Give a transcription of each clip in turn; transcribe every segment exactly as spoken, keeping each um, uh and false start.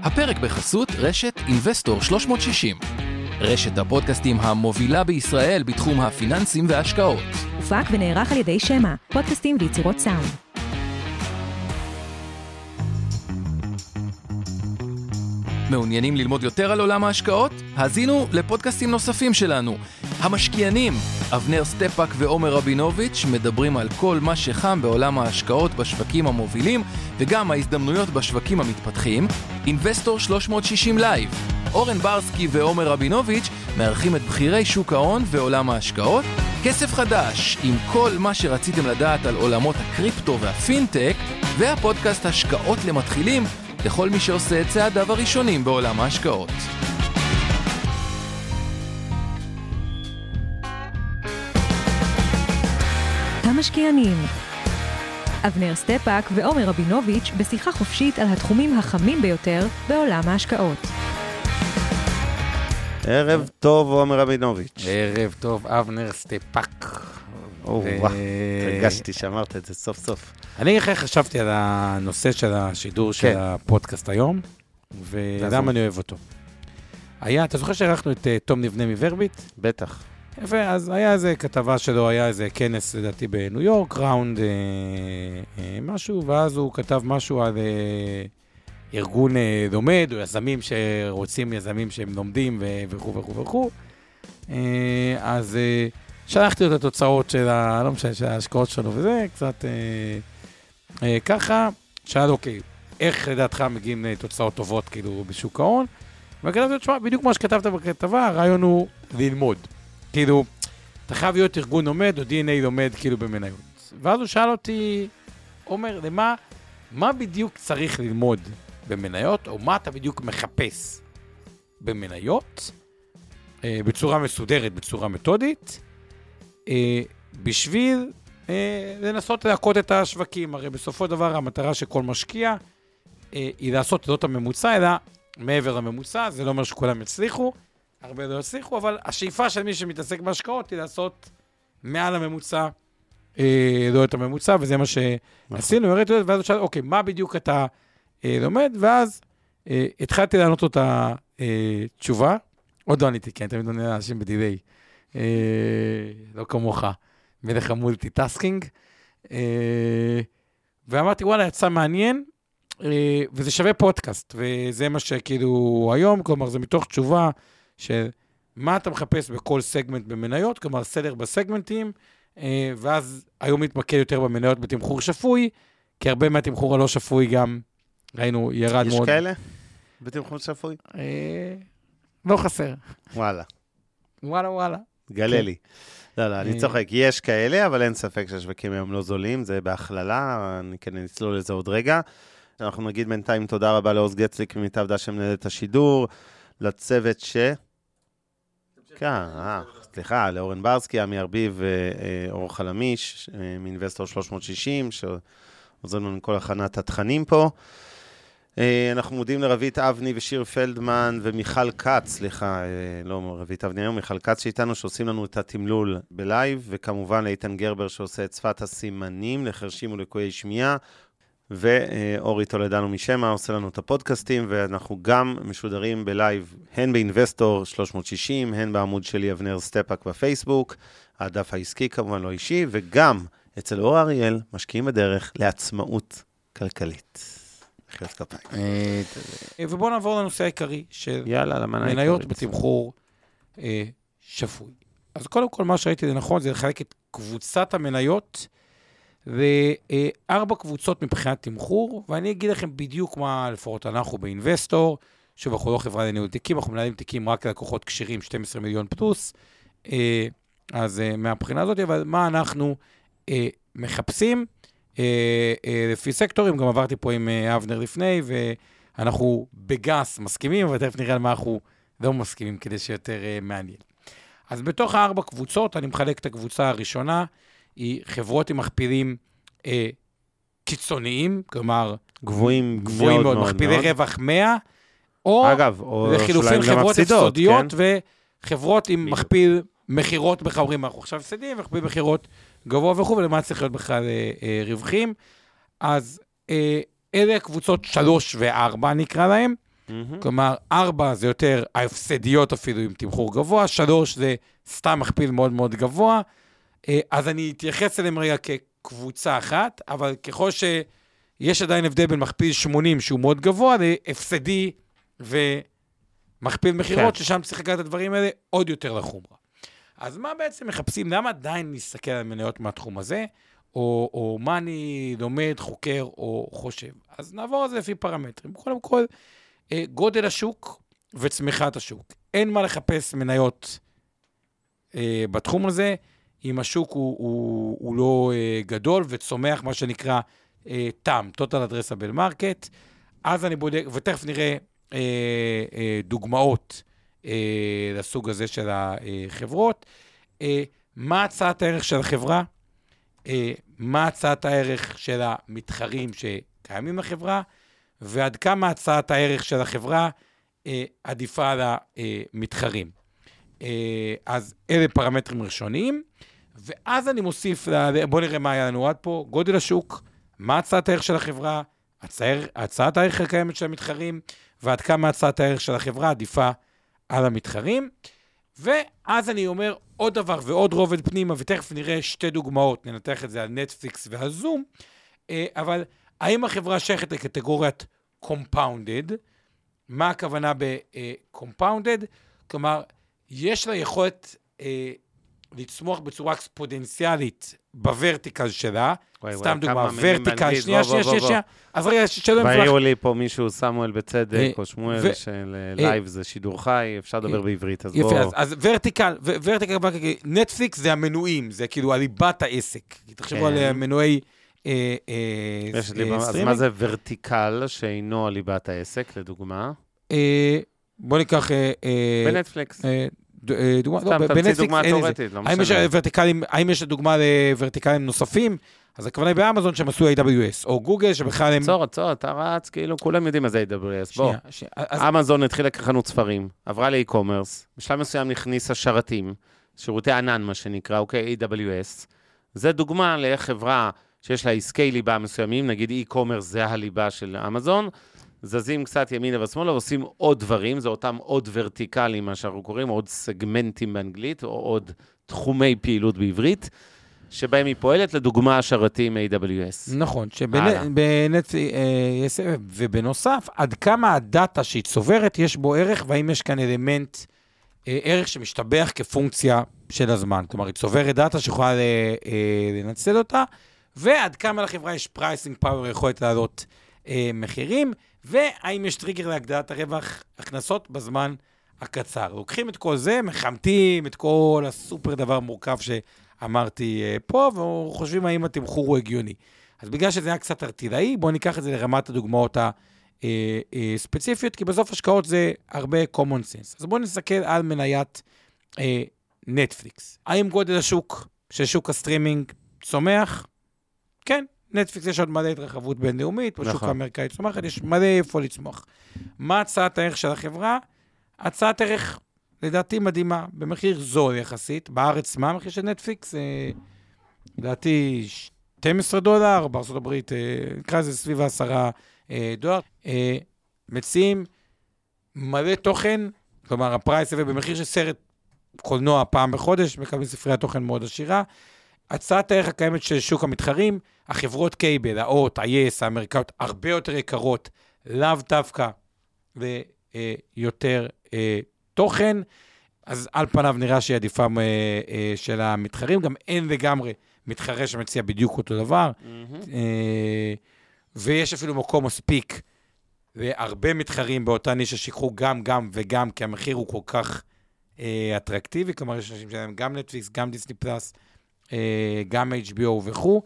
הפרק בחסות רשת אינבסטור שלוש מאות שישים. רשת הפודקאסטים המובילה בישראל בתחום הפיננסים וההשקעות. הופק ונערך על ידי שמה, פודקאסטים ויצירות סאונד. מעוניינים ללמוד יותר על עולם ההשקעות? האזינו לפודקאסטים נוספים שלנו. המשקיענים, אבנר סטפאק ועומר רבינוביץ' מדברים על כל מה שחם בעולם ההשקעות בשווקים המובילים וגם ההזדמנויות בשווקים המתפתחים. אינבסטור שלוש מאות שישים לייב. אורן ברסקי ועומר רבינוביץ' מארחים את בחירי שוק ההון ועולם ההשקעות. כסף חדש, עם כל מה שרציתם לדעת על עולמות הקריפטו והפינטק, והפודקאסט השקעות למתחילים, לכל מי שעושה את צעדיו הראשונים בעולם ההשקעות. המשקיענים, אבנר סטפאק ועומר רבינוביץ' בשיחה חופשית על התחומים החמים ביותר בעולם ההשקעות. ערב טוב, עומר רבינוביץ'. ערב טוב, אבנר סטפאק. או, וואו, הרגשתי שאמרת את זה סוף סוף. אני אחרי חשבתי על הנושא של השידור של הפודקאסט היום, ולמה אני אוהב אותו. היה, אתה זוכר שערכנו את תום נבנה מוורביט? בטח. יפה, אז היה איזה כתבה שלו, היה איזה כנס, לדעתי, בניו יורק, ראונד משהו, ואז הוא כתב משהו על ארגון לומד, או יזמים שרוצים יזמים שהם לומדים וכו' וכו' וכו'. אז שלחתי לו את התוצאות של, לא משנה, של ההשקעות שלו וזה, קצת ככה, שאל, אוקיי, איך לדעתך מגיעים תוצאות טובות כאילו בשוק ההון? וכתבתי לו, תשמע, בדיוק מה שכתבת בכתבה, הרעיון הוא ללמוד. כאילו, אתה חייב להיות ארגון לומד, או די אן איי לומד כאילו במניות. ואז הוא שאל אותי, אומר, למה, מה בדיוק צריך ללמוד במניות, או מה אתה בדיוק מחפש במניות, אה, בצורה מסודרת, בצורה מתודית, אה, בשביל אה, לנסות להקות את השווקים. הרי בסופו דבר המטרה שכל משקיע, אה, היא לעשות את זאת הממוצע, אלא מעבר לממוצע, זה לא אומר שכולם יצליחו, הרבה לא יצליחו, אבל השאיפה של מי שמתעסק בהשקעות היא לעשות מעל הממוצע, אה, לא את הממוצע, וזה מה שעשינו. הראיתי לו, ואז הוא שאל, אוקיי, מה בדיוק אתה אה, לומד? ואז אה, התחלתי לענות לו את התשובה, עוד לא עניתי, כן, תמיד עונה לאנשים בדילי, אה, לא כמוך, מלך המולטי-טסקינג, אה, ואמרתי, וואלה, יצא מעניין, אה, וזה שווה פודקאסט, וזה מה שכאילו היום, כלומר, זה מתוך תשובה, של מה אתה מחפש בכל סגמנט במניות, כלומר סלר בסגמנטים, ואז היום מתמקד יותר במניות בתמחור שפוי, כי הרבה מהתמחור הלא שפוי גם, ראינו, ירד יש מאוד. יש כאלה? בתמחור שפוי? לא חסר. וואלה. וואלה, וואלה. גלה לי. לא, לא, אני צוחק. יש כאלה, אבל אין ספק שהשווקים היום לא זולים, זה בהכללה, אני כן נצלול לזה עוד רגע. אנחנו נגיד בינתיים תודה רבה לעוז גצליק, מתעבדה שמנהל את השידור, לצוות ש... כן, אה, סליחה, לאורן ברסקי, עמי ארביב ואור חלמיש, מאינבסטור שלוש מאות שישים, שעוזרים לנו כל הכנת התכנים פה. אנחנו מודים לרבית אבני ושיר פלדמן ומיכל קץ, סליחה, לא רבית אבני היום, מיכל קץ שאיתנו, שעושים לנו את התמלול בלייב, וכמובן לאיתן גרבר שעושה את שפת הסימנים לחרשים ולקויי שמיעה, ואורי תולדנו משמה עושה לנו את הפודקאסטים, ואנחנו גם משודרים בלייב, הן באינבסטור שלוש מאות שישים, הן בעמוד שלי אבנר סטפאק בפייסבוק, הדף העסקי כמובן לא אישי, וגם אצל אור אריאל משקיעים בדרך לעצמאות כלכלית. מחיאות כפיים. ובואו נעבור לנושא העיקרי של מניות בתמחור שפוי. אז קודם כל מה שראיתי זה נכון, זה לחלק את קבוצת המניות, וארבע קבוצות מבחינת תמחור, ואני אגיד לכם בדיוק מה לפחות אנחנו באינבסטור, שוב, אנחנו לא חברה לניהול תיקים, אנחנו מנהלים תיקים רק ללקוחות קשירים, שנים עשר מיליון פלוס, אז מהבחינה הזאת, אבל מה אנחנו מחפשים, לפי סקטורים, גם עברתי פה עם אבנר לפני, ואנחנו בגס מסכימים, אבל תכף נראה על מה אנחנו לא מסכימים, כדי שיותר מעניין. אז בתוך הארבע קבוצות, אני מחלק את הקבוצה הראשונה, היא חברות עם מכפילים אה, קיצוניים, כלומר, גבוהים, גבוהים מאוד, מאוד, מכפילי מאוד. רווח מאה, או אגב, או לחילופין חברות הפסודיות, כן? וחברות עם מכפיל מחירות בחברים, אנחנו עכשיו הפסדים, מכפיל מחירות גבוה וכו', ולמה צריך להיות בכלל אה, אה, רווחים. אז אה, אלה קבוצות שלוש וארבע נקרא להם, כלומר, ארבע זה יותר ההפסדיות אפילו עם תמחור גבוה, שלוש זה סתם מכפיל מאוד מאוד גבוה, אז אני אתייחס אליהם רגע כקבוצה אחת, אבל ככל שיש עדיין הבדל בין מכפיל שמונים שהוא מאוד גבוה, להפסדי ומכפיל מחירות, כן. ששם צריך לקראת את הדברים האלה עוד יותר לחומרה. אז מה בעצם מחפשים? למה עדיין נסתכל על מניות מהתחום הזה? או, או מה אני לומד, חוקר או חושב. אז נעבור על זה לפי פרמטרים. קודם כל, גודל השוק וצמיחת השוק. אין מה לחפש מניות אה, בתחום הזה, אם השוק הוא, הוא, הוא לא אה, גדול וצומח, מה שנקרא אה, טאם, total addressable market. אז אני בודק, ותכף נראה אה, אה, דוגמאות אה, לסוג הזה של החברות. אה, מה הצעת הערך של החברה? מה הצעת הערך של המתחרים שקיימים בחברה, ועד כמה הצעת הערך של החברה עדיפה על המתחרים. אז אלה פרמטרים ראשוניים, ואז אני מוסיף, בואו נראה מה היה לנו עד פה, גודל השוק, מה הצעת הערך של החברה, הצעת הערך הקיימת של המתחרים, ועד כמה הצעת הערך של החברה עדיפה על המתחרים, ואז אני אומר עוד דבר ועוד רובד פנימה, ותכף נראה שתי דוגמאות, ננתח את זה על נטפליקס והזום, אבל האם החברה שייכת לקטגוריית compounded? מה הכוונה ב-compounded? כלומר, יש לה יכולת אה, לצמוח בצורה אקספודנציאלית בוורטיקל שלה, וואי, סתם וואי, דוגמה, ורטיקל, שנייה, שנייה, שנייה, שנייה, אז רגע, שלא נפלח. והעירו לי פה מישהו, סמואל בצדק, או שמואל, של לייב זה שידור חי, אפשר לדבר בעברית, אז בואו. יפה, אז ורטיקל, ורטיקל, נטפליקס זה המנויים, זה כאילו הליבת העסק, תחשבו על מנועי אז מה זה ורטיקל שאינו הליבת העסק, לדוגמה? בוא ניקח... בנטפליקס. דוגמה, סתם, לא, תמציא דוגמה תיאורטית, לא משנה. האם יש דוגמה לוורטיקלים נוספים? אז הכוונה היא באמזון שהם עשו איי דאבליו אס, או גוגל שבכלל הם... עצור, עצור, אתה רץ, כאילו כולם יודעים מה זה איי דאבליו אס. בוא, אמזון התחילה כחנות ספרים, עברה לאי-קומרס, בשלב מסוים נכניסה שרתים, שירותי ענן מה שנקרא, אוקיי, איי דאבליו אס. זה דוגמה לאיך חברה שיש לה עסקי ליבה מסוימים, נגיד אי-קומרס זה הליבה של אמזון, זזים קצת ימינה ושמאלה, ועושים עוד דברים, זה אותם עוד ורטיקלים, מה שאנחנו קוראים, עוד סגמנטים באנגלית, או עוד תחומי פעילות בעברית, שבהם היא פועלת, לדוגמה, השרתים איי דאבליו אס. נכון, שבנט, ובנוסף, עד כמה הדאטה שהיא צוברת, יש בו ערך, והאם יש כאן אלמנט, ערך שמשתבח כפונקציה של הזמן. כלומר, היא צוברת דאטה שיכולה לנצל אותה, ועד כמה לחברה יש פרייסינג פאוור, יכולת לעלות מחירים, והאם יש טריגר להגדלת הרווח הכנסות בזמן הקצר. לוקחים את כל זה, מחמתים את כל הסופר דבר מורכב שאמרתי פה, וחושבים האם התמחור הוא הגיוני. אז בגלל שזה היה קצת ארטילאי, בואו ניקח את זה לרמת הדוגמאות הספציפיות, כי בסוף השקעות זה הרבה common sense. אז בואו נסתכל על מניית נטפליקס. האם גודל השוק של שוק הסטרימינג צומח? כן. נטפליקס יש עוד מלא התרחבות בינלאומית, בשוק האמריקאי צומחת, יש מלא איפה לצמוח. מה הצעת הערך של החברה? הצעת ערך, לדעתי מדהימה, במחיר זול יחסית, בארץ מה המחיר של נטפליקס? לדעתי שנים עשר דולר, בארצות הברית, נקרא זה סביב עשרה דולר. מציעים מלא תוכן, כלומר הפרייס הזה במחיר של סרט קולנוע פעם בחודש, מקבלים ספריית תוכן מאוד עשירה. הצעת הערך הקיימת של שוק המתחרים, החברות קייבל, האות, ה-יס, האמריקאות, הרבה יותר יקרות, לאו דווקא ויותר אה, תוכן, אז על פניו נראה שהיא עדיפה אה, אה, של המתחרים, גם אין לגמרי מתחרה שמציע בדיוק אותו דבר, mm-hmm. אה, ויש אפילו מקום מספיק, והרבה מתחרים באותה נישה שיקחו גם, גם וגם, כי המחיר הוא כל כך אה, אטרקטיבי, כלומר יש אנשים שלהם גם נטפליקס, גם דיסני פלאס, גם אייץ' בי או וכו'.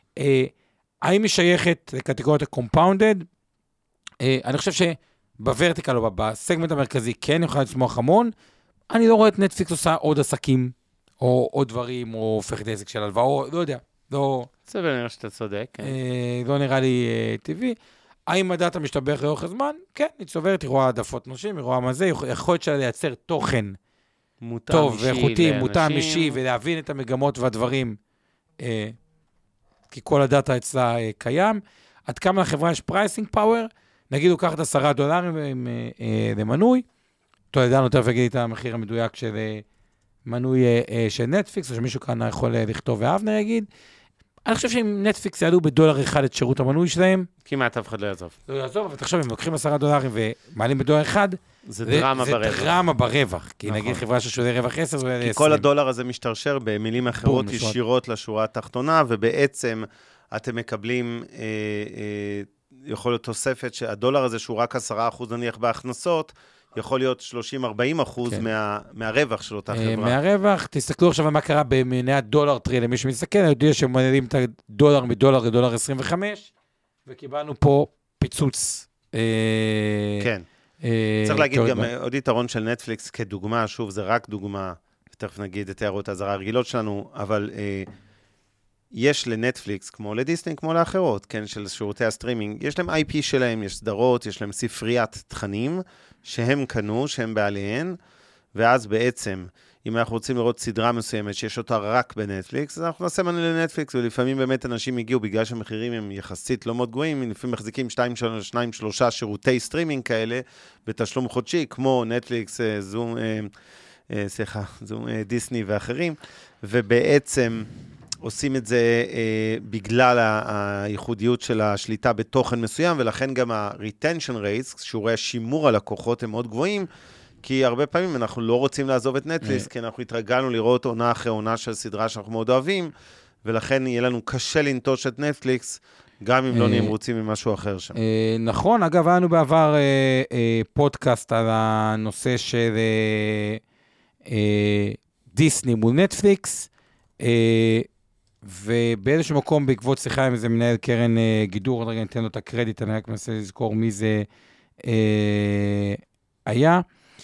האם היא שייכת לקטגוריית הקומפאונדד? אני חושב שבוורטיקל או בסגמנט המרכזי כן יכולה לצמוח המון. אני לא רואה את נטפליקס עושה עוד עסקים, או עוד דברים, או הופכת עסק של הלוואות, לא יודע. זה נראה שאתה צודק. לא נראה לי טבעי. האם הדאטה משתבח לאורך הזמן? כן, היא צוברת, היא רואה העדפות נושים, היא רואה מה זה, יכול להיות שלה לייצר תוכן טוב ואיכותי, מותאם אישי, ולהבין את המגמות והדברים, כי כל הדאטה אצלה קיים. עד כמה לחברה יש פרייסינג פאוור? נגיד הוא קח את עשרה דולרים למנוי, אתה יודע נותר להגיד את המחיר המדויק של מנוי של נטפליקס, או שמישהו כאן יכול לכתוב ואבנר יגיד, אני חושב שאם נטפליקס יעלו בדולר אחד את שירות המנוי שלהם, כמעט אף אחד לא יעזוב. לא יעזוב, אבל תחשוב, אם לוקחים עשרה דולרים ומעלים בדולר אחד, זה דרמה ברווח. זה דרמה ברווח, כי נגיד חברה ששווה רווח עשר, זה כי כל הדולר הזה משתרשר במילים אחרות ישירות לשורה התחתונה, ובעצם אתם מקבלים, יכול להיות תוספת שהדולר הזה שהוא רק עשרה אחוז נניח בהכנסות, יכול להיות שלושים עד ארבעים אחוז מהרווח של אותה חברה. מהרווח, תסתכלו עכשיו מה קרה במאה הדולר טרי, למי שמסתכל, אני יודע שמעלים את הדולר מדולר לדולר עשרים וחמש, וקיבלנו פה פיצוץ. כן. צריך להגיד גם עוד יתרון של נטפליקס כדוגמה, שוב, זה רק דוגמה, ותכף נגיד את הערות האזהרה הרגילות שלנו, אבל יש לנטפליקס, כמו לדיסני, כמו לאחרות, כן, של שירותי הסטרימינג, יש להם איי פי שלהם, יש סדרות, יש להם ספריית תכנים, שהם קנו, שהם בעליהן, ואז בעצם, אם אנחנו רוצים לראות סדרה מסוימת שיש אותה רק בנטפליקס, אז אנחנו נעשה מנוי לנטפליקס, ולפעמים באמת אנשים הגיעו, בגלל שהמחירים הם יחסית לא מאוד גבוהים, לפעמים מחזיקים שתיים, שלושה שירותי סטרימינג כאלה, בתשלום חודשי, כמו נטפליקס, זום, סליחה, זום, דיסני ואחרים, ובעצם עושים את זה אה, בגלל הייחודיות של השליטה בתוכן מסוים, ולכן גם ה-retention rates, שיעורי השימור הלקוחות הם מאוד גבוהים, כי הרבה פעמים אנחנו לא רוצים לעזוב את נטפליקס, כי אנחנו התרגלנו לראות עונה אחרי עונה של סדרה שאנחנו מאוד אוהבים, ולכן יהיה לנו קשה לנטוש את נטפליקס, גם אם לא נהיה רוצים ממשהו אחר שם. נכון, אגב, היה לנו בעבר פודקאסט על הנושא של דיסני מול נטפליקס, ובאיזשהו מקום בעקבות שיחה עם איזה מנהל קרן גידור, עוד רגע ניתן לו את הקרדיט, אני רק מנסה לזכור מי זה היה.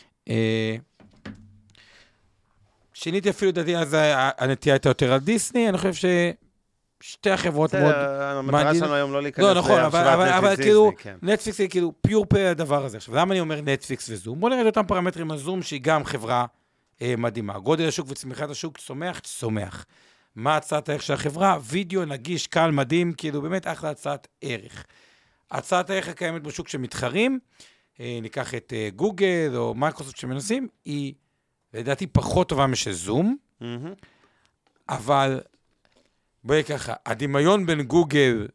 שיניתי אפילו דעתי, אז הנטייה הייתה יותר על דיסני, אני חושב ששתי החברות מאוד... המטרה שלנו היום לא להיכנס להשוות נטפליקס דיסני. נטפליקס היא כאילו פיור פה הדבר הזה. עכשיו, למה אני אומר נטפליקס וזום? בוא נראה את אותם פרמטרים על זום, שהיא גם חברה מדהימה. גודל השוק וצמיחת השוק צומח, צומח. מה הצעת הערך של החברה? וידאו נגיש, קל, מדהים, כאילו באמת אחלה הצעת ערך. הצעת הערך הקיימת בשוק שמתחרים, ניקח את גוגל או מייקרוסופט שמנסים, היא לדעתי פחות טובה משל זום, אבל בואי ככה, הדמיון בין גוגל,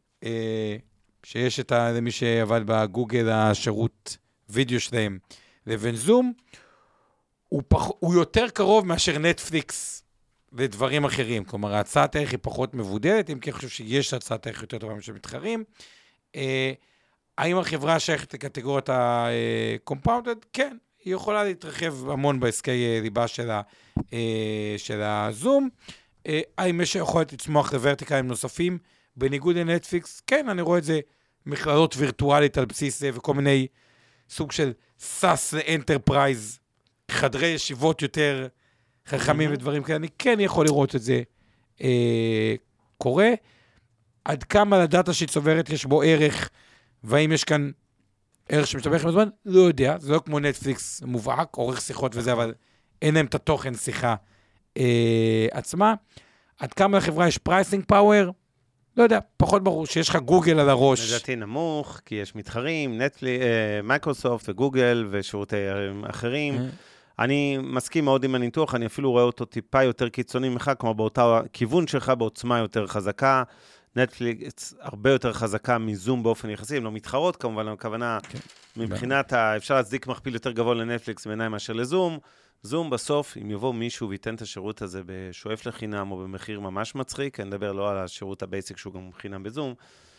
שיש את מי שעבד בגוגל השירות וידאו שלהם, לבין זום, הוא, פח, הוא יותר קרוב מאשר נטפליקס ודברים אחרים. כלומר, הצעת הערך היא פחות מבודלת, אם כי אני חושב שיש הצעת הערך יותר טובה מאשר מתחרים. אה, האם החברה שייכת לקטגוריית ה-compounded? כן, היא יכולה להתרחב המון בעסקי ליבה של, ה, אה, של הזום. אה, האם יש יכולת לצמוח לוורטיקלים נוספים? בניגוד לנטפליקס, כן, אני רואה את זה מכללות וירטואלית על בסיס זה, וכל מיני סוג של סאס לאנטרפרייז, חדרי ישיבות יותר חכמים ודברים כאלה, אני כן יכול לראות את זה אה, קורה. עד כמה לדאטה שהיא צוברת יש בו ערך, והאם יש כאן ערך שמשתבח עם הזמן? לא יודע, זה לא כמו נטפליקס מובהק, עורך שיחות וזה, אבל אין להם את התוכן שיחה אה, עצמה. עד כמה לחברה יש פרייסינג פאוור? לא יודע, פחות ברור שיש לך גוגל על הראש. לדעתי נמוך, כי יש מתחרים, נטפליקס, אה, מייקרוסופט וגוגל ושירותי אחרים. אני מסכים מאוד עם הניתוח, אני אפילו רואה אותו טיפה יותר קיצוני ממך, כמו באותה כיוון שלך, בעוצמה יותר חזקה. נטפליקס הרבה יותר חזקה מזום באופן יחסי, הם לא מתחרות כמובן, הכוונה מבחינת, אפשר להצדיק מכפיל יותר גבוה לנטפליקס בעיניי מאשר לזום. זום בסוף, אם יבוא מישהו וייתן את השירות הזה בשואף לחינם או במחיר ממש מצחיק, אני מדבר לא על השירות הבייסיק שהוא גם חינם בזום,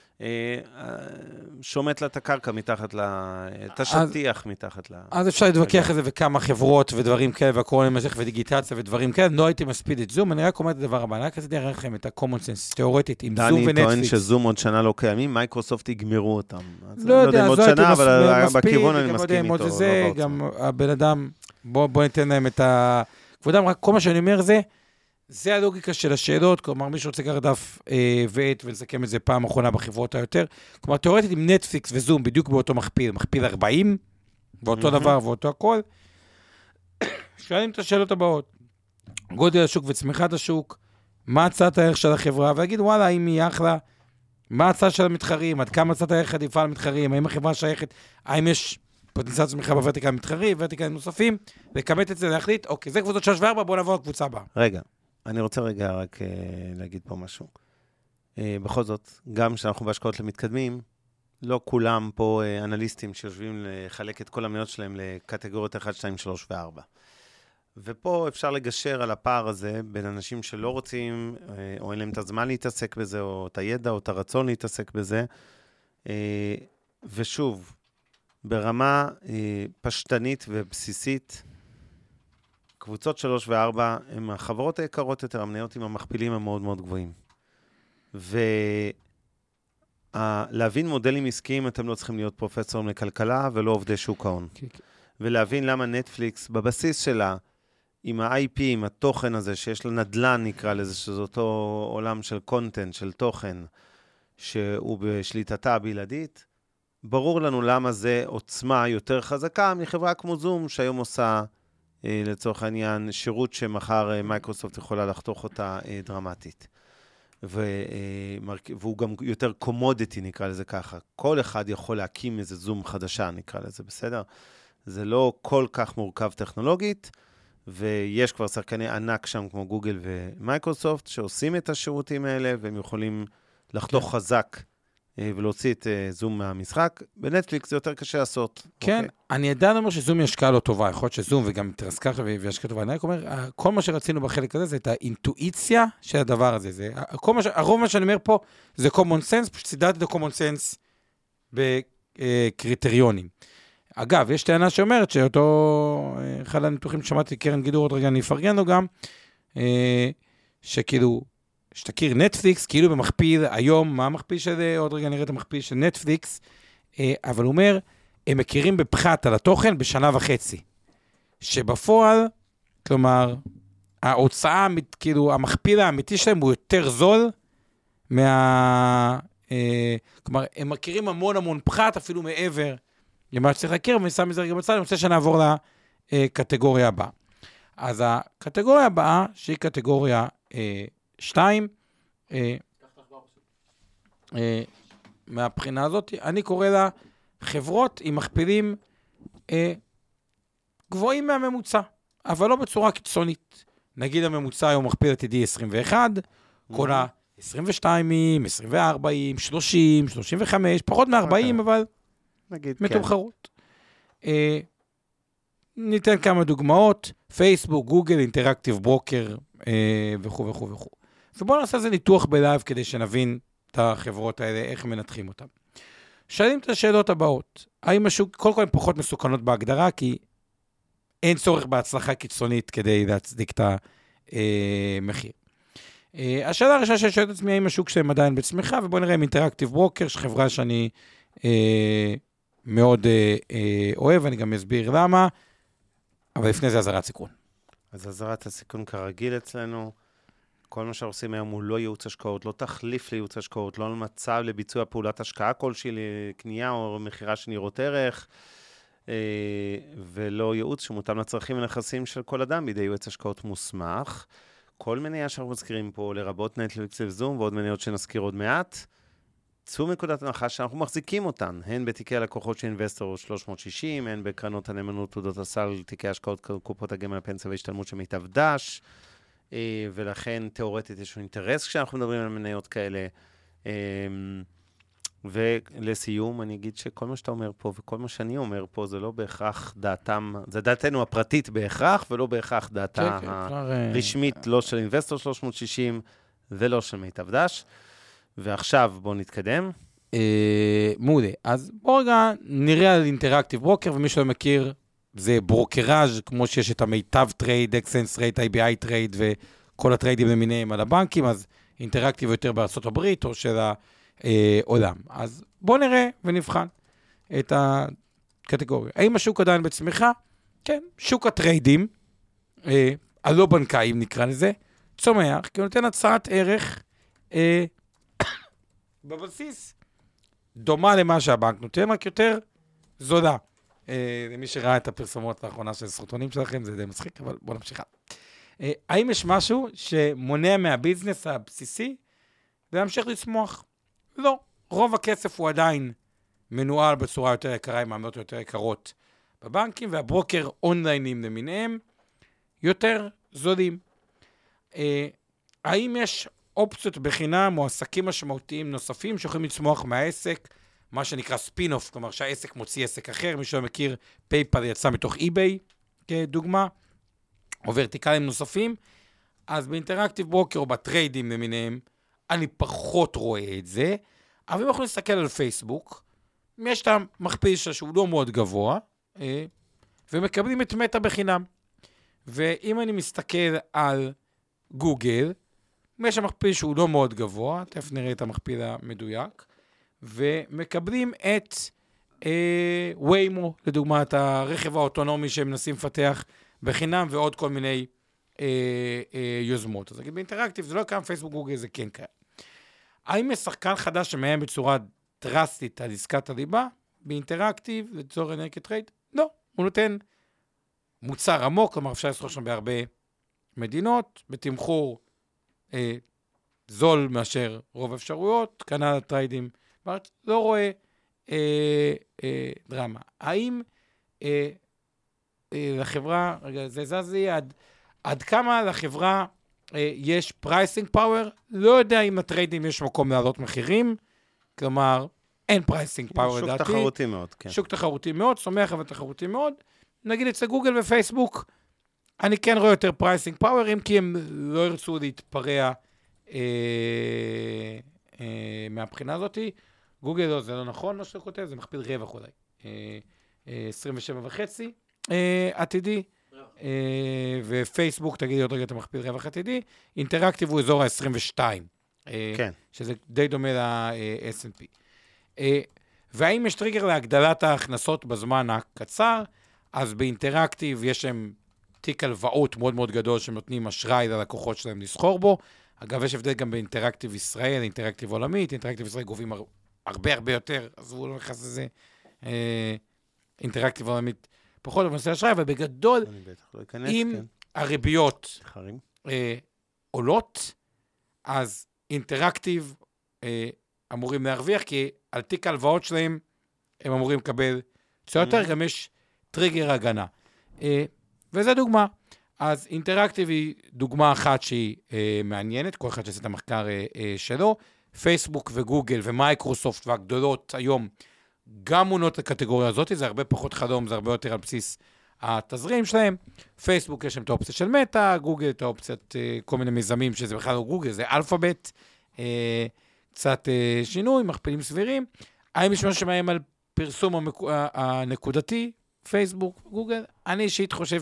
שומט לה את הקרקע מתחת ל... את השטיח מתחת ל... אז אפשר להתווכח את זה וכמה חברות ודברים כאלה, והכל נמשך ודיגיטציה ודברים כאלה, לא הייתי מספיד את זום, אני רק אומר את הדבר הבא, אני רק רציתי להראה לכם את ה-common sense, תיאורטית, עם זום ונטפליקס. דני טוען שזום עוד שנה לא קיימים, מייקרוסופט יגמרו אותם. לא יודע, אז לא הייתי מספיד, גם לא יודע, עוד זה, גם הבן אדם, בוא ניתן להם את ה... כבודם, רק כל מה שאני אומר זה, זה הלוגיקה של השאלות, כלומר, מי שרוצה לקחת דף אה, ועט ולסכם את זה פעם אחרונה בחברות היותר, כלומר, תיאורטית עם נטפליקס וזום, בדיוק באותו מכפיל, מכפיל ארבעים, באותו דבר ואותו הכל, שואלים את השאלות הבאות, גודל השוק וצמיחת השוק, מה הצעת הערך של החברה, ולהגיד, וואלה, אם היא אחלה, מה הצד של המתחרים, עד כמה הצד הערך עדיפה למתחרים, האם החברה שייכת, האם יש פוטנציאל צמיחה בוורטיקל המתחרים, ורטיקל נוספים, וכמת את זה להחליט, אוקיי, זה קבוצות שלוש וארבע, בואו נעבור לקבוצה הבאה. רגע, אני רוצה רגע רק uh, להגיד פה משהו. Uh, בכל זאת, גם כשאנחנו בהשקעות למתקדמים, לא כולם פה uh, אנליסטים שיושבים לחלק את כל המניות שלהם לקטגוריות אחת, שתיים, שלוש וארבע. ופה אפשר לגשר על הפער הזה בין אנשים שלא רוצים, uh, או אין להם את הזמן להתעסק בזה, או את הידע, או את הרצון להתעסק בזה. Uh, ושוב, ברמה אה, פשטנית ובסיסית, קבוצות שלוש וארבע הן החברות היקרות יותר, המניות עם המכפילים המאוד מאוד גבוהים. ולהבין מודלים עסקיים, אתם לא צריכים להיות פרופסורים לכלכלה ולא עובדי שוק ההון. ולהבין למה נטפליקס בבסיס שלה, עם ה-איי פי, עם התוכן הזה, שיש לה נדל"ן נקרא לזה, שזה אותו עולם של קונטנט, של תוכן, שהוא בשליטתה הבלעדית, ברור לנו למה זה עוצמה יותר חזקה מחברה כמו זום, שהיום עושה, אה, לצורך העניין, שירות שמחר אה, מייקרוסופט יכולה לחתוך אותה אה, דרמטית. ו, אה, והוא גם יותר קומודיטי, נקרא לזה ככה. כל אחד יכול להקים איזה זום חדשה, נקרא לזה, בסדר? זה לא כל כך מורכב טכנולוגית, ויש כבר שחקני ענק שם כמו גוגל ומייקרוסופט, שעושים את השירותים האלה, והם יכולים לחתוך כן. חזק, ולהוציא את זום מהמשחק. בנטפליקס זה יותר קשה לעשות. כן, אני עדיין אומר שזום יש השקעה לא טובה, יכול להיות שזום וגם תרסקה והשקעה טובה. אני אומר, כל מה שרצינו בחלק הזה זה את האינטואיציה של הדבר הזה. הרוב מה שאני אומר פה זה common sense, פשוט סידרתי את ה-common sense בקריטריונים. אגב, יש טענה שאומרת שאותו, אחד הניתוחים ששמעתי, קרן גידור, עוד רגע אני אפרגן לו גם, שכאילו, שתכיר נטפליקס, כאילו במכפיל, היום, מה המכפיל של, עוד רגע נראה את המכפיל של נטפליקס, אבל הוא אומר, הם מכירים בפחת על התוכן בשנה וחצי, שבפועל, כלומר, ההוצאה, כאילו, המכפיל האמיתי שלהם הוא יותר זול, מה, כלומר, הם מכירים המון המון פחת, אפילו מעבר, למה שצריך להכיר, ואני שם מזה רגע בצד, אני רוצה שנעבור לקטגוריה הבאה. אז הקטגוריה הבאה, שהיא קטגוריה שתיים, מהבחינה הזאת, אני קורא לה חברות עם מכפילים גבוהים מהממוצע, אבל לא בצורה קיצונית. נגיד הממוצע הוא מכפיל עתידי עשרים ואחת, כל ה-עשרים ושתיים, עשרים וארבע, שלושים, שלושים וחמש, פחות מ-ארבעים, אבל מתומחרות. ניתן כמה דוגמאות, פייסבוק, גוגל, אינטראקטיב ברוקר, וכו' וכו' וכו'. ובואו נעשה איזה ניתוח בלייב כדי שנבין את החברות האלה, איך הם מנתחים אותם. שואלים את השאלות הבאות. האם השוק, קודם כל הן פחות מסוכנות בהגדרה, כי אין צורך בהצלחה קיצונית כדי להצדיק את המחיר. השאלה הראשונה שאני שואל את עצמי, האם השוק שלהם עדיין בצמיחה, ובואו נראה עם אינטראקטיב ברוקר, שחברה שאני מאוד אוהב, אני גם אסביר למה, אבל לפני זה הזרת סיכון. אז הזרת הסיכון כרגיל אצלנו, כל מה שעושים היום הוא לא ייעוץ השקעות, לא תחליף לייעוץ השקעות, לא מצב לביצוע פעולת השקעה כלשהי לקנייה או מחירה של ניירות ערך, ולא ייעוץ שמותאם לצרכים ונכסים של כל אדם בידי יועץ השקעות מוסמך. כל מניה שאנחנו מזכירים פה, לרבות נטפליקס וזום ועוד מניות שנזכיר עוד מעט, צאו מנקודת הנחה שאנחנו מחזיקים אותן, הן בתיקי הלקוחות של אינבסטור שלוש מאות שישים, הן בקרנות הנאמנות תעודות הסל, תיקי השקעות קופות הגמל הפנסיה והשתלמות של מיטב דש, ולכן תיאורטית יש לו אינטרס כשאנחנו מדברים על מניות כאלה. ולסיום אני אגיד שכל מה שאתה אומר פה וכל מה שאני אומר פה זה לא בהכרח דעתם, זה דעתנו הפרטית בהכרח ולא בהכרח דעתה הרשמית, לא של אינבסטור שלוש מאות שישים ולא של מיטב דש. ועכשיו בואו נתקדם. מעולה. אז בואו רגע נראה על אינטראקטיב ברוקר, ומי שלא מכיר, זה ברוקראז' כמו שיש את המיטב טרייד, אקסנס רייט, איי בי איי טרייד, וכל הטריידים למיניהם על הבנקים, אז אינטראקטיב יותר בארצות הברית, או של העולם. אז בואו נראה ונבחן את הקטגוריה. האם השוק עדיין בצמיחה? כן, שוק הטריידים, הלא בנקאים נקרא לזה, צומח, כי הוא נותן הצעת ערך, בבסיס, דומה למה שהבנק נותן, רק יותר זולה. למי שראה את הפרסומות האחרונה של הסרטונים שלכם, זה די מצחיק, אבל בואו נמשיך. האם יש משהו שמונע מהביזנס הבסיסי להמשיך לצמוח? לא. רוב הכסף הוא עדיין מנוהל בצורה יותר יקרה, עם העמלות יותר יקרות בבנקים, והברוקר אונליינים למיניהם יותר זולים. אה, האם יש אופציות בחינם או עסקים משמעותיים נוספים שיכולים לצמוח מהעסק, מה שנקרא ספין-אוף, כלומר שהעסק מוציא עסק אחר, מי שלא מכיר, פייפל יצא מתוך eBay כדוגמה, או ורטיקלים נוספים, אז באינטראקטיב ברוקר או בטריידים למיניהם, אני פחות רואה את זה, אבל אם אנחנו נסתכל על פייסבוק, יש את המכפיל שהוא לא מאוד גבוה, ומקבלים את מטה בחינם. ואם אני מסתכל על גוגל, יש שם מכפיל שהוא לא מאוד גבוה, תכף נראה את המכפיל המדויק, ומקבלים את אה, ויימו, לדוגמת הרכב האוטונומי שהם מנסים לפתח בחינם, ועוד כל מיני אה, אה, יוזמות. אז נגיד באינטראקטיב, זה לא קיים פייסבוק גוגל, זה כן קיים. האם יש שחקן חדש שמהם בצורה דרסטית על עסקת הליבה? באינטראקטיב, לצורך אנרקט טרייד? לא, הוא נותן מוצר עמוק, כלומר אפשר לסחור שם בהרבה מדינות, בתמחור אה, זול מאשר רוב האפשרויות, כנ"ל הטריידים, לא רואה אה, אה, דרמה. האם אה, אה, לחברה, רגע, זה זז לי, עד, עד כמה לחברה אה, יש פרייסינג פאוור? לא יודע אם לטריידים יש מקום לעלות מחירים, כלומר, אין פרייסינג פאוור לדעתי. שוק תחרותי מאוד, כן. שוק תחרותי מאוד, סומך אבל תחרותי מאוד. נגיד אצל גוגל ופייסבוק, אני כן רואה יותר פרייסינג פאוור, אם כי הם לא ירצו להתפרע אה, אה, מהבחינה הזאת. גוגל לא, זה לא נכון מה שאתה כותב, זה מכפיל רווח אולי. אה, אה, עשרים ושבע וחצי אה, עתידי, אה, ופייסבוק, תגידי עוד רגע את המכפיל רווח עתידי, אינטראקטיב הוא אזור ה-עשרים ושתיים, אה, כן. שזה די דומה ל-אס אנד פי. אה, והאם יש טריגר להגדלת ההכנסות בזמן הקצר? אז באינטראקטיב יש שם תיק הלוואות מאוד מאוד גדול שנותנים אשראי ללקוחות שלהם לסחור בו. אגב, יש הבדל גם באינטראקטיב ישראל, אינטראקטיב עולמית, אינטראקטיב ישראל גובים הר... הרבה הרבה יותר, אז הוא לא נכנס לזה. אה, אינטראקטיב עולמית פחות בנושא אשראי, אבל בגדול, לא אכנס, אם כן. הריביות אה, עולות, אז אינטראקטיב אה, אמורים להרוויח, כי על תיק ההלוואות שלהם הם אמורים לקבל קצת יותר, גם יש טריגר הגנה. אה, וזה דוגמה. אז אינטראקטיב היא דוגמה אחת שהיא אה, מעניינת, כל אחד שעושה את המחקר אה, אה, שלו. פייסבוק וגוגל ומייקרוסופט והגדולות היום גם מונות לקטגוריה הזאת, זה הרבה פחות חלום, זה הרבה יותר על בסיס התזרים שלהם. פייסבוק יש שם את האופציה של מטה, גוגל את האופציית אה, כל מיני מיזמים שזה בכלל לא גוגל, זה אלפאבית, אה, קצת אה, שינוי, מכפילים סבירים. האם יש משהו שמאיים על פרסום המק... הנקודתי? פייסבוק, גוגל, אני אישית חושב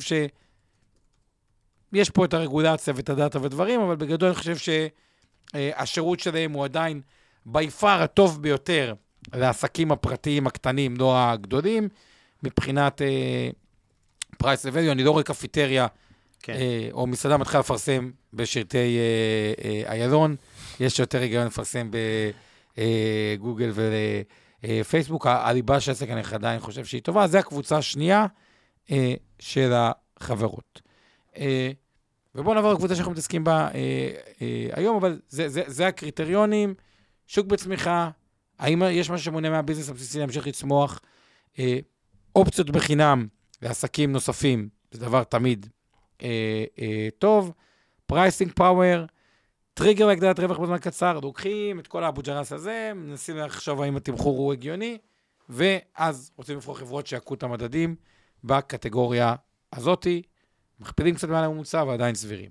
שיש פה את הרגולציה ואת הדאטה ודברים, אבל בגדול אני חושב שהשירות שלהם הוא עדיין ביפר הטוב ביותר לעסקים הפרטיים הקטנים, לא הגדולים, מבחינת פרייס uh, לוואליו, אני לא רואה קפיטריה, כן. uh, או מסעדה מתחילה לפרסם בשרתי איילון, uh, uh, יש יותר היגיון לפרסם בגוגל uh, ול... פייסבוק, הליבה של עסק אני עדיין חושב שהיא טובה, זה הקבוצה השנייה אה, של החברות. אה, ובואו נעבור לקבוצה שאנחנו מתעסקים בה אה, אה, היום, אבל זה, זה, זה הקריטריונים, שוק בצמיחה, האם יש משהו שמונע מהביזנס הבסיסי להמשיך לצמוח, אה, אופציות בחינם לעסקים נוספים, זה דבר תמיד אה, אה, טוב, פרייסינג פאוור, טריגר להגדלת רווח בזמן קצר, לוקחים את כל האבו ג'רס הזה, מנסים לחשוב האם התמחור הוא הגיוני, ואז רוצים לבחור חברות שעקו את המדדים בקטגוריה הזאת, מכפילים קצת מעל הממוצע ועדיין סבירים.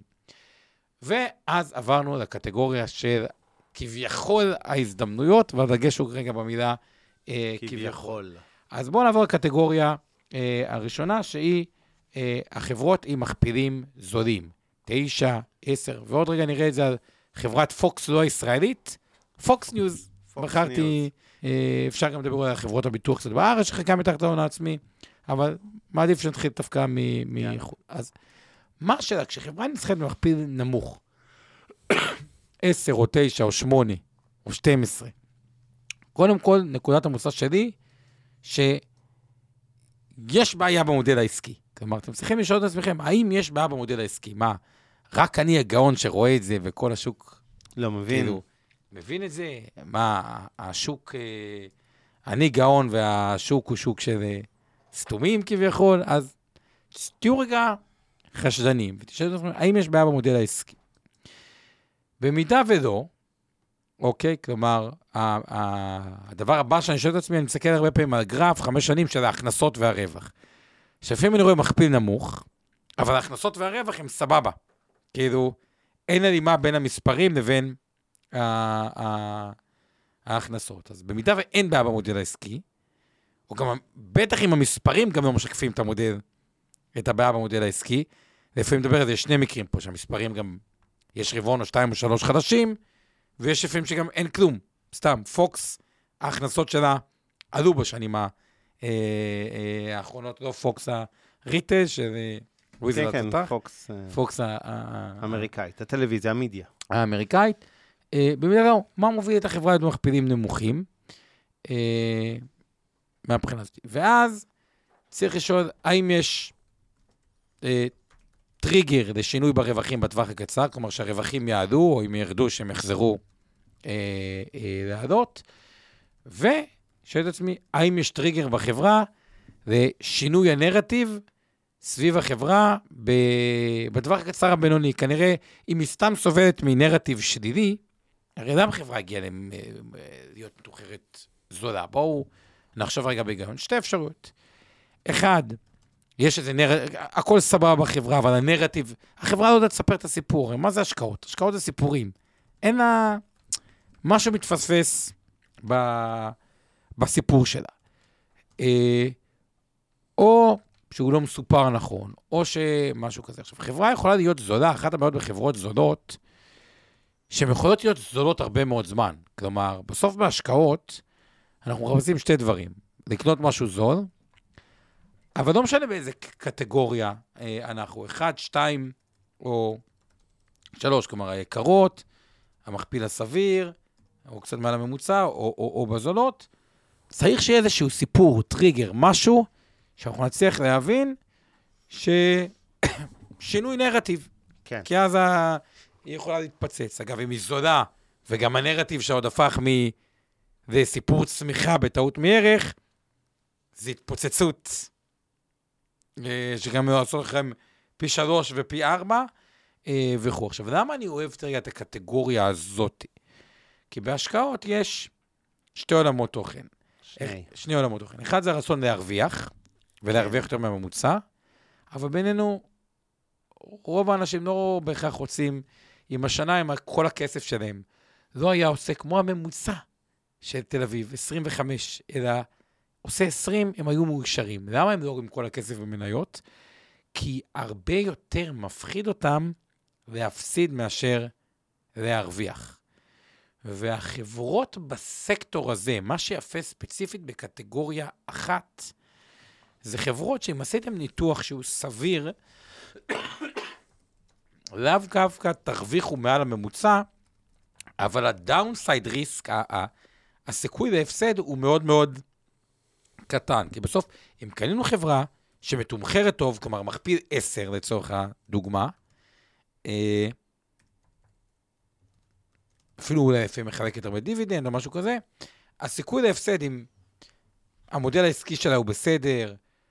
ואז עברנו לקטגוריה של כביכול ההזדמנויות, והדגש הוא רגע במילה אה, כביכול. כביכול. אז בואו נעבור לקטגוריה אה, הראשונה, שהיא אה, החברות עם מכפילים זולים. תשע, עשר, ועוד רגע נראה את זה על חברת פוקס לא ישראלית, פוקס ניוז. בחרתי, אה, אפשר גם לדבר על חברות הביטוח קצת בארץ, שחלקה מתחת ההון העצמי, אבל מעדיף שנתחיל דווקא מחו"ל. אז מה השאלה, כשחברה נסחרת במכפיל נמוך, עשר או תשע או שמונה או שתים עשרה, קודם כל, נקודת המוצא שלי, שיש בעיה במודל העסקי. כלומר, אתם צריכים לשאול את עצמכם, האם יש בעיה במודל העסקי? מה, רק אני הגאון שרואה את זה וכל השוק לא מבין. כאילו, מבין את זה? מה, השוק, אני גאון והשוק הוא שוק של סתומים כביכול, אז תהיו רגע חשדנים, ותשאלו אתכם, האם יש בעיה במודל העסקי? במידה ולא, אוקיי, כלומר, הדבר הבא שאני שואל את עצמי, אני מסתכל הרבה פעמים על גרף, חמש שנים של ההכנסות והרווח. שלפעמים אני רואה מכפיל נמוך, אבל ההכנסות והרווח הם סבבה. כאילו, אין הלימה בין המספרים לבין ההכנסות. אז במידה ואין בעיה במודל העסקי, או גם, בטח עם המספרים גם לא משקפים את המודל, את הבעיה במודל העסקי, לפעמים מדבר על זה, יש שני מקרים פה, שהמספרים גם, יש רבעון או שתיים או שלוש חדשים, ויש לפעמים שגם אין כלום. סתם, פוקס, ההכנסות שלה עלו בשנים האחרונות, לא פוקס הריטל, של וויזרד כן, התותח. כן, פוקס פוקס האמריקאית, הטלוויזיה, המדיה. האמריקאית. במידה לא, מה מוביל את החברה במכפילים נמוכים? מהבחינה הזאת. ואז צריך לשאול, האם יש טריגר לשינוי ברווחים בטווח הקצר, כלומר שהרווחים יעדו, או אם ירדו, שהם יחזרו אה, אה, לעדות, ושאל את עצמי, האם יש טריגר בחברה לשינוי הנרטיב סביב החברה בטווח הקצר הבינוני. כנראה, אם היא סתם סובלת מנרטיב שלילי, הרי למה החברה הגיעה להם אה, להיות מתוחרת זולה? בואו נחשוב רגע בהיגיון. שתי אפשרויות. אחד, יש איזה נרטיב, הכל סבבה בחברה, אבל הנרטיב, החברה לא יודעת לספר את הסיפור. מה זה השקעות? השקעות זה סיפורים. אין לה משהו מתפספס ב, בסיפור שלה. אה, או שהוא לא מסופר נכון, או שמשהו כזה. עכשיו, חברה יכולה להיות זולה, אחת הבעיות בחברות זולות, שהן יכולות להיות זולות הרבה מאוד זמן. כלומר, בסוף בהשקעות, אנחנו מחפשים שתי דברים. לקנות משהו זול, אבל לא משנה באיזה קטגוריה אה, אנחנו, אחד, שתיים, או שלוש, כלומר, היקרות, המכפיל הסביר, או קצת מעל הממוצע, או, או, או בזולות. צריך שיהיה איזשהו סיפור, טריגר, משהו, שאנחנו נצליח להבין ששינוי נרטיב. כן. כי אז ה... היא יכולה להתפצץ. אגב, אם היא זולה, וגם הנרטיב שעוד הפך מ... זה סיפור צמיחה בטעות מערך, זה התפוצצות. שגם יעשו לכם פי שלוש ופי ארבע וכו'. עכשיו, למה אני אוהב תרגע את הקטגוריה הזאת? כי בהשקעות יש שתי עולמות תוכן. שני. שני עולמות תוכן. אחד זה הרצון להרוויח, ולהרוויח יותר מהממוצע, אבל בינינו, רוב האנשים לא בהכרח רוצים, עם השנה, עם כל הכסף שלהם, לא היה עושה כמו הממוצע של תל אביב, עשרים וחמש, אלא עושה עשרים, הם היו מאושרים. למה הם לא עם כל הכסף במניות? כי הרבה יותר מפחיד אותם להפסיד מאשר להרוויח. והחברות בסקטור הזה, מה שיפה ספציפית בקטגוריה אחת, זה חברות שאם עשיתם ניתוח שהוא סביר, לאו דווקא תרוויחו מעל הממוצע, אבל הדאונסייד ריסק, הסיכוי להפסד הוא מאוד מאוד קטן, כי בסוף, אם קנינו חברה שמתומחרת טוב, כלומר, מכפיל עשר לצורך הדוגמה, אפילו אולי לפעמים מחלק יותר בדיבידנד או משהו כזה, הסיכוי להפסד אם המודל העסקי שלה הוא בסדר,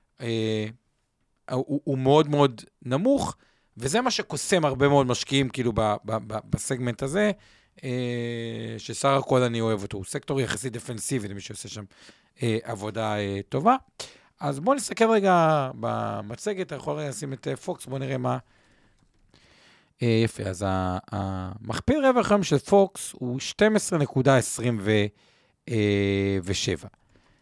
הוא, הוא מאוד מאוד נמוך, וזה מה שקוסם הרבה מאוד משקיעים כאילו ב, ב, ב, בסגמנט הזה, שסך הכל אני אוהב אותו, הוא סקטור יחסית דפנסיבי, למי שעושה שם עבודה טובה. אז בואו נסתכל רגע במצגת, אתה יכול לשים את פוקס, בואו נראה מה יפה. אז המכפיל רווח היום של פוקס הוא שתים עשרה נקודה עשרים ושבע,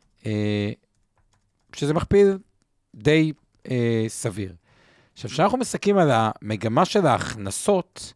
שזה מכפיל די סביר. עכשיו, כשאנחנו מסתכלים על המגמה של ההכנסות,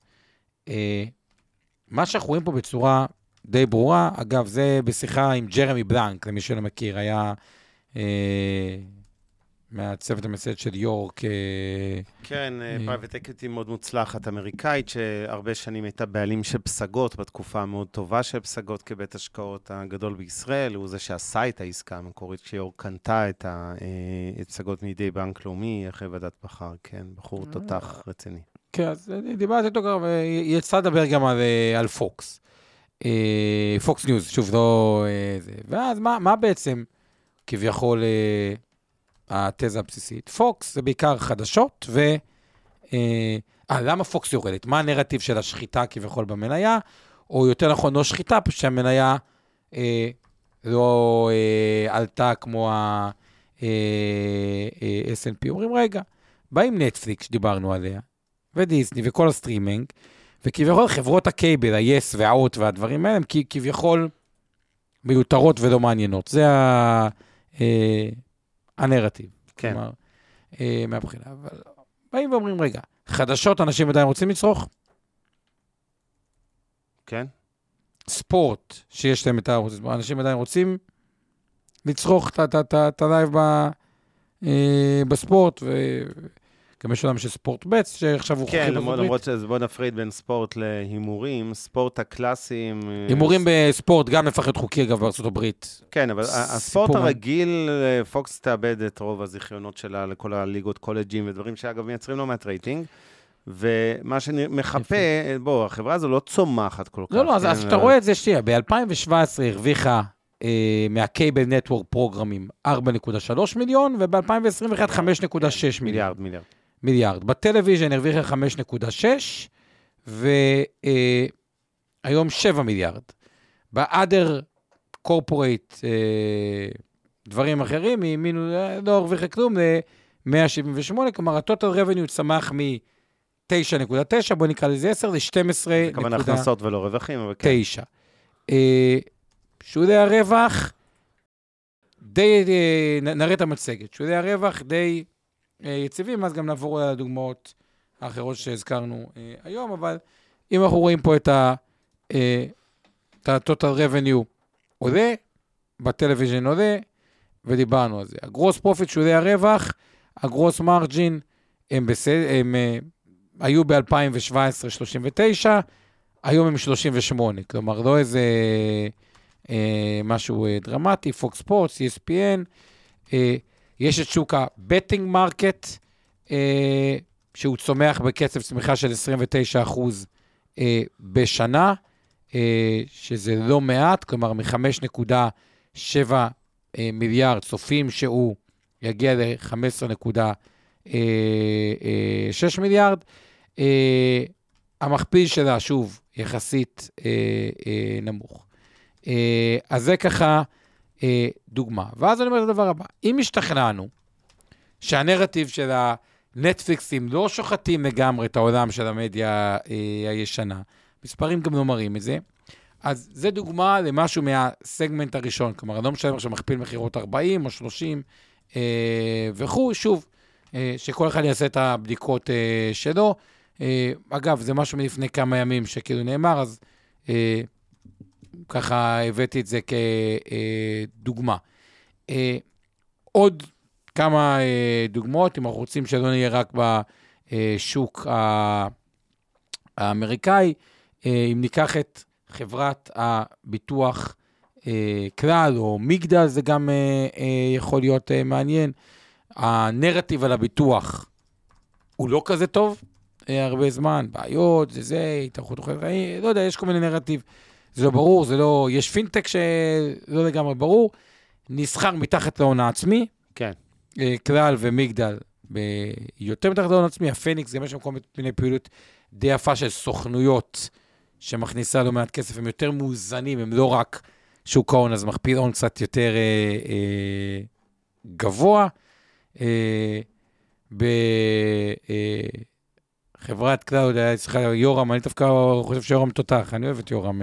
מה שאנחנו רואים פה בצורה די ברורה, אגב, זה בשיחה עם ג'רמי בלנק, למי שלא מכיר, היה אה, מהצוות המסד של יורק. אה, כן, פרייבט אקוויטי מאוד מוצלחת אמריקאית, שהרבה שנים הייתה בעלים של פסגות, בתקופה המאוד טובה של פסגות כבית השקעות הגדול בישראל, הוא זה שעשה את העסקה המקורית, כשיורק קנתה את, ה, אה, את פסגות מידי בנק לאומי, אחרי ועדת בחר, כן, בחור תותח רציני. כן, אז דיברתי איתו כבר, ויצא לדבר גם על, על פוקס. פוקס ניוז, שוב, לא... זה. ואז מה, מה בעצם כביכול התזה הבסיסית? פוקס זה בעיקר חדשות, ו... אה, למה פוקס יורדת? מה הנרטיב של השחיטה כביכול במניה? או יותר נכון, לא שחיטה, פשוט שהמניה אה, לא אה, עלתה כמו ה-אס אנד פי. אומרים, רגע, באים נטפליקס שדיברנו עליה, ודיסני וכל הסטרימינג, וכביכול חברות הקייבל, ה-yes והאות והדברים האלה, הם כביכול מיותרות ולא מעניינות. זה ה- אה, הנרטיב. כן. כלומר, אה, מהבחינה. אבל באים ואומרים, רגע, חדשות אנשים עדיין רוצים לצרוך? כן. ספורט שיש להם את הערוץ, אנשים עדיין רוצים לצרוך את הלייב בספורט, וגם יש עולם של ספורט בץ, שעכשיו הוא חוקי כן, בארצות למרות שזה בוא נפריד בין ספורט להימורים, ספורט הקלאסיים... הימורים בספורט גם נפח להיות חוקי, אגב, בארצות הברית. כן, אבל הספורט הרגיל, פוקס תאבד את רוב הזיכיונות שלה לכל הליגות, קולג'ים ודברים שאגב מייצרים לא מעט רייטינג, ומה שמחפה, בוא, החברה הזו לא צומחת כל כך. לא, לא, אז אתה רואה את זה שתהיה, ב-אלפיים שבע עשרה הרוויחה מהקייבל נטוורק פרוגרמים ארבע נקודה שלוש מיליון, וב-אלפיים עשרים ואחת חמש נקודה שש מיליון. מיליארד, מיליארד. מיליארד. בטלוויז'ן הרוויחה חמש נקודה שש, והיום שבע מיליארד. באדר קורפורייט, דברים אחרים, מימינו, לא הרוויחה כלום, ל-מאה שבעים ושמונה, כלומר, הטוטל רבניו צמח מ-תשע נקודה תשע, בוא נקרא לזה עשר, ל-שתים עשרה נקודה תשע. כמובן הכנסות ולא רווחים, אבל כן. שולי הרווח, די, נראה את המצגת, שולי הרווח די יציבים, אז גם נעבור על הדוגמאות האחרות שהזכרנו היום, אבל אם אנחנו רואים פה את ה-total revenue עולה, בטלוויז'ן עולה, ודיברנו על זה. הגרוס פרופיט, שולי הרווח, הגרוס מרג'ין, הם, בסד... הם היו ב-אלפיים שבע עשרה שלושים ותשע, היום הם שלושים ושמונה, כלומר לא איזה אה, משהו אה, דרמטי, פוקס ספורט, סי אס פי אן, אה, יש את שוק הבטינג מרקט, אה, שהוא צומח בקצב צמיחה של עשרים ותשעה אחוז אה, בשנה, אה, שזה לא מעט, כלומר מ-חמש נקודה שבע אה, מיליארד צופים שהוא יגיע ל-חמש עשרה נקודה שש מיליארד, אה, המכפיל שלה, שוב, יחסית אה, אה, נמוך. אה, אז זה ככה אה, דוגמה. ואז אני אומר את הדבר הבא, אם השתכנענו שהנרטיב של הנטפליקסים לא שוחטים לגמרי את העולם של המדיה אה, הישנה, מספרים גם לא מראים את זה, אז זה דוגמה למשהו מהסגמנט הראשון, כלומר, אני לא משנה שמכפיל מחירות ארבעים או שלושים אה, וכו', שוב, אה, שכל אחד יעשה את הבדיקות אה, שלו, אגב, זה משהו מלפני כמה ימים שכאילו נאמר, אז אה, ככה הבאתי את זה כדוגמה. אה, עוד כמה אה, דוגמאות, אם אנחנו רוצים שלא נהיה רק בשוק האמריקאי, אה, אם ניקח את חברת הביטוח אה, כלל או מגדל, זה גם אה, אה, יכול להיות אה, מעניין. הנרטיב על הביטוח הוא לא כזה טוב, הרבה זמן, בעיות, זה זה, התארכות אוכלת, לא יודע, יש כל מיני נרטיב, זה לא ברור, זה לא, יש פינטק שלא לגמרי ברור, נסחר מתחת להון העצמי, כן. כלל ומגדל, ביותר מתחת להון העצמי, הפניקס, גם יש שם כל מיני פעילות די יפה של סוכנויות, שמכניסה לא מעט כסף, הם יותר מאוזנים, הם לא רק שוק ההון, אז מכפיל הון קצת יותר אה, אה, גבוה, אה, ב... אה, חברת קלאוד, סליחה, יורם, אני דווקא חושב שיורם תותח, אני אוהב את יורם,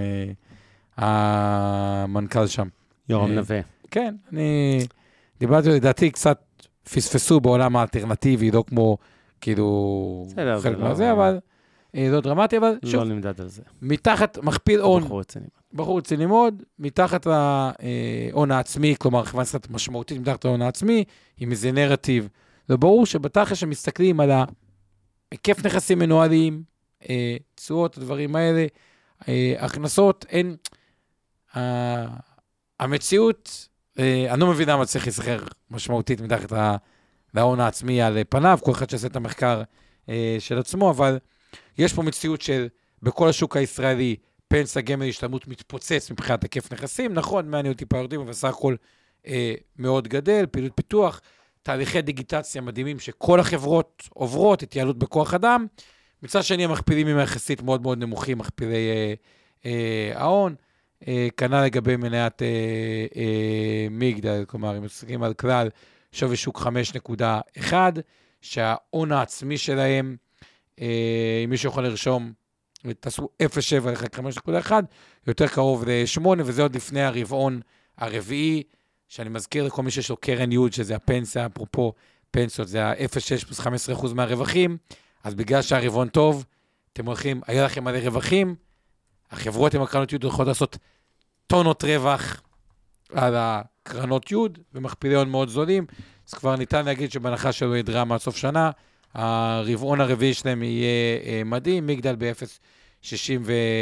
המנכ"ל שם. יורם נווה. כן, אני דיברתי, לדעתי קצת פספסו בעולם האלטרנטיבי, לא כמו, כאילו, חלק מהזה, אבל לא דרמטי, אבל שוב. לא נמדד על זה. מתחת, מכפיל הון. בחור רציני. בחור רציני מאוד, מתחת להון העצמי, כלומר, חברה קצת משמעותית, מתחת להון העצמי, עם איזה נרטיב. זה ברור שבתחת שמסתכלים על ה... היקף נכסים מנוהלים, אה, תשואות, הדברים האלה, אה, הכנסות, אין, אה, המציאות, אה, אני לא מבין למה צריך להיסחר משמעותית מתחת להון העצמי על פניו, כל אחד שעשה את המחקר אה, של עצמו, אבל יש פה מציאות של, בכל השוק הישראלי, פנסיה גמל השתלמות מתפוצץ מבחינת היקף נכסים, נכון, מעניין אותי פירוטים, אבל סך הכל אה, מאוד גדל, פעילות פיתוח, תהליכי דיגיטציה מדהימים שכל החברות עוברות, התייעלות בכוח אדם, מצד שני המכפילים הם יחסית מאוד מאוד נמוכים, מכפילי אה, אה, ההון, אה, כנ"ל לגבי מניית אה, אה, מיגדל, כלומר, אם מסתכלים על כלל שווי שוק חמש נקודה אחת, שההון העצמי שלהם, אה, אם מישהו יכול לרשום, תעשו אפס נקודה שבע לחלק חמש נקודה אחת, יותר קרוב ל-שמונה, וזה עוד לפני הרבעון הרביעי, שאני מזכיר לכל מי שיש לו קרן יוד, שזה הפנסיה, אפרופו פנסיות, זה ה-אפס נקודה שש פלוס חמישה עשר אחוז מהרווחים, אז בגלל שהרבעון טוב, אתם הולכים, היה לכם מלא רווחים, החברות עם הקרנות יוד יכולות לעשות טונות רווח על הקרנות יוד, ומכפילי הון מאוד זולים, אז כבר ניתן להגיד שבהנחה שלו יהיה דרמה עד סוף שנה, הרבעון הרביעי שלהם יהיה אה, מדהים, מגדל ב-אפס נקודה שישים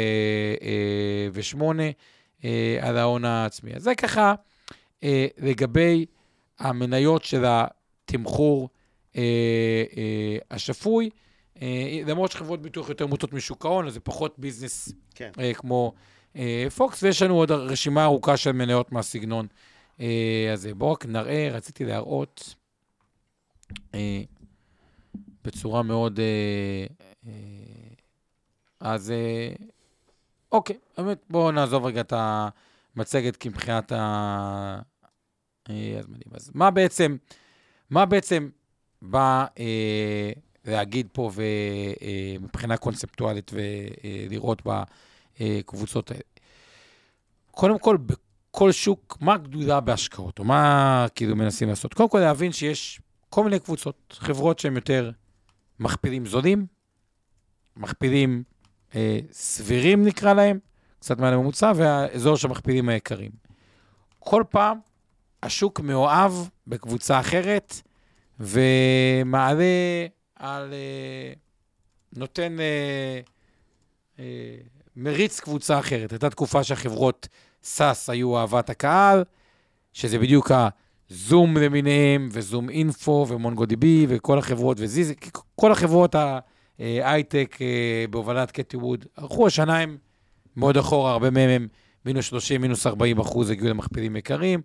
ושמונה אה, על ההון העצמי. אז זה ככה אה, לגבי המניות של התמחור אה, אה, השפוי, אה, למרות שחברות ביטוח יותר מוטות משוק ההון, אז זה פחות ביזנס כן. אה, כמו אה, פוקס, ויש לנו עוד רשימה ארוכה של מניות מהסגנון. אה, אז בואו רק נראה, רציתי להראות... אה, בצורה מאוד, אה, אה, אז אה, אוקיי, באמת בואו נעזוב רגע את המצגת כמבחינת ה... אה, אז מדהים, אז מה בעצם, מה בעצם בא אה, להגיד פה ומבחינה קונספטואלית ולראות בקבוצות האלה? קודם כל, בכל שוק, מה גדולה בהשקעות, או מה כאילו מנסים לעשות? קודם כל להבין שיש כל מיני קבוצות, חברות שהן יותר מכפילים זולים, מכפילים אה, סבירים נקרא להם, קצת מעל הממוצע, והאזור של מכפילים היקרים. כל פעם השוק מאוהב בקבוצה אחרת, ומעלה על, אה, נותן אה, אה, מריץ קבוצה אחרת. הייתה תקופה שהחברות סאס היו אהבת הקהל, שזה בדיוק ה... זום למיניהם, וזום אינפו, ומונגו די בי, וכל החברות, וזיז, כל החברות ההייטק בהובלת קטי ווד, ערכו השנה הם מאוד אחורה, הרבה מהם הם מינוס שלושים, מינוס ארבעים אחוז, הגיעו למכפילים יקרים.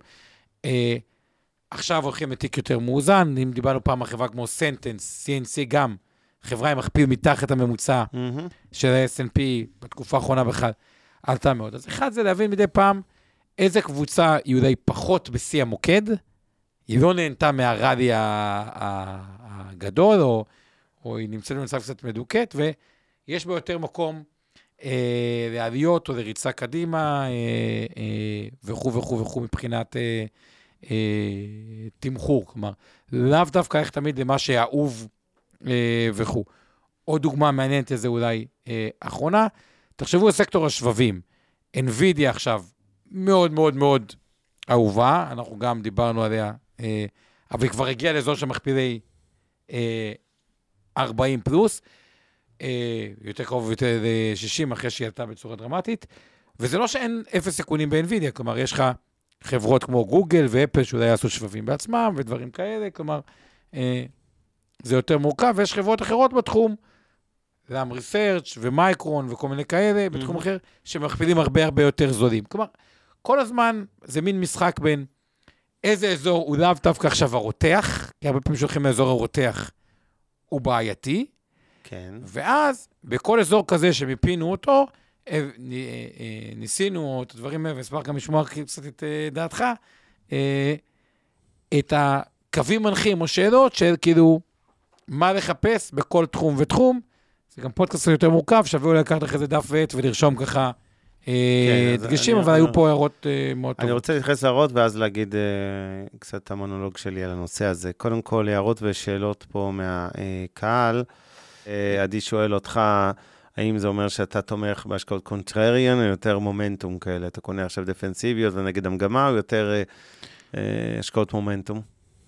עכשיו הולכים לתיק יותר מאוזן, אם דיברנו פעם על חברה כמו סנטנס, סי אן סי גם, חברה עם מכפיל מתחת הממוצע של ה-אס אנד פי, בתקופה האחרונה בכלל, עלתה מאוד. אז אחד זה להבין מדי פעם, איזה קבוצה היא אולי פחות בשיא המוקד, היא לא נהנתה מהרדי הגדול, או, או היא נמצאת במצב קצת מדוקת, ויש בה יותר מקום אה, לעליות או לריצה קדימה, אה, אה, וכו' וכו' וכו' מבחינת אה, אה, תמחור. כלומר, לאו דווקא איך תמיד למה שאהוב אה, וכו'. עוד דוגמה מעניינת לזה אולי אה, אחרונה, תחשבו על סקטור השבבים. NVIDIA עכשיו מאוד מאוד מאוד אהובה, אנחנו גם דיברנו עליה, אה, אבל היא כבר הגיעה לאזור של מכפילי אה, ארבעים פלוס, אה, יותר קרוב ויותר ל-שישים אחרי שהיא עלתה בצורה דרמטית, וזה לא שאין אפס סיכונים ב-NVIDIA, כלומר יש לך חברות כמו גוגל ואפל שאולי יעשו שבבים בעצמם ודברים כאלה, כלומר אה, זה יותר מורכב, ויש חברות אחרות בתחום, גם ריסרצ' ומייקרון וכל מיני כאלה, בתחום אחר, שמכפילים הרבה הרבה יותר זולים. כלומר, כל הזמן זה מין משחק בין איזה אזור הוא לאו דווקא עכשיו הרותח, כי הרבה פעמים שהולכים לאזור הרותח הוא בעייתי, כן. ואז בכל אזור כזה שמיפינו אותו, ניסינו את הדברים האלה, ואשמח גם לשמוע קצת את דעתך, את הקווים מנחים או שאלות של כאילו מה לחפש בכל תחום ותחום, זה גם פודקאסט יותר מורכב, שווה אולי לקחת אחרי זה דף ועט ולרשום ככה דגשים, אבל היו פה הערות מאוד טובות. אני רוצה להתייחס להערות ואז להגיד קצת את המונולוג שלי על הנושא הזה. קודם כל, הערות ושאלות פה מהקהל. עדי שואל אותך, האם זה אומר שאתה תומך בהשקעות קונטרריאן, או יותר מומנטום כאלה? אתה קונה עכשיו דפנסיביות ונגד המגמה, או יותר השקעות מומנטום?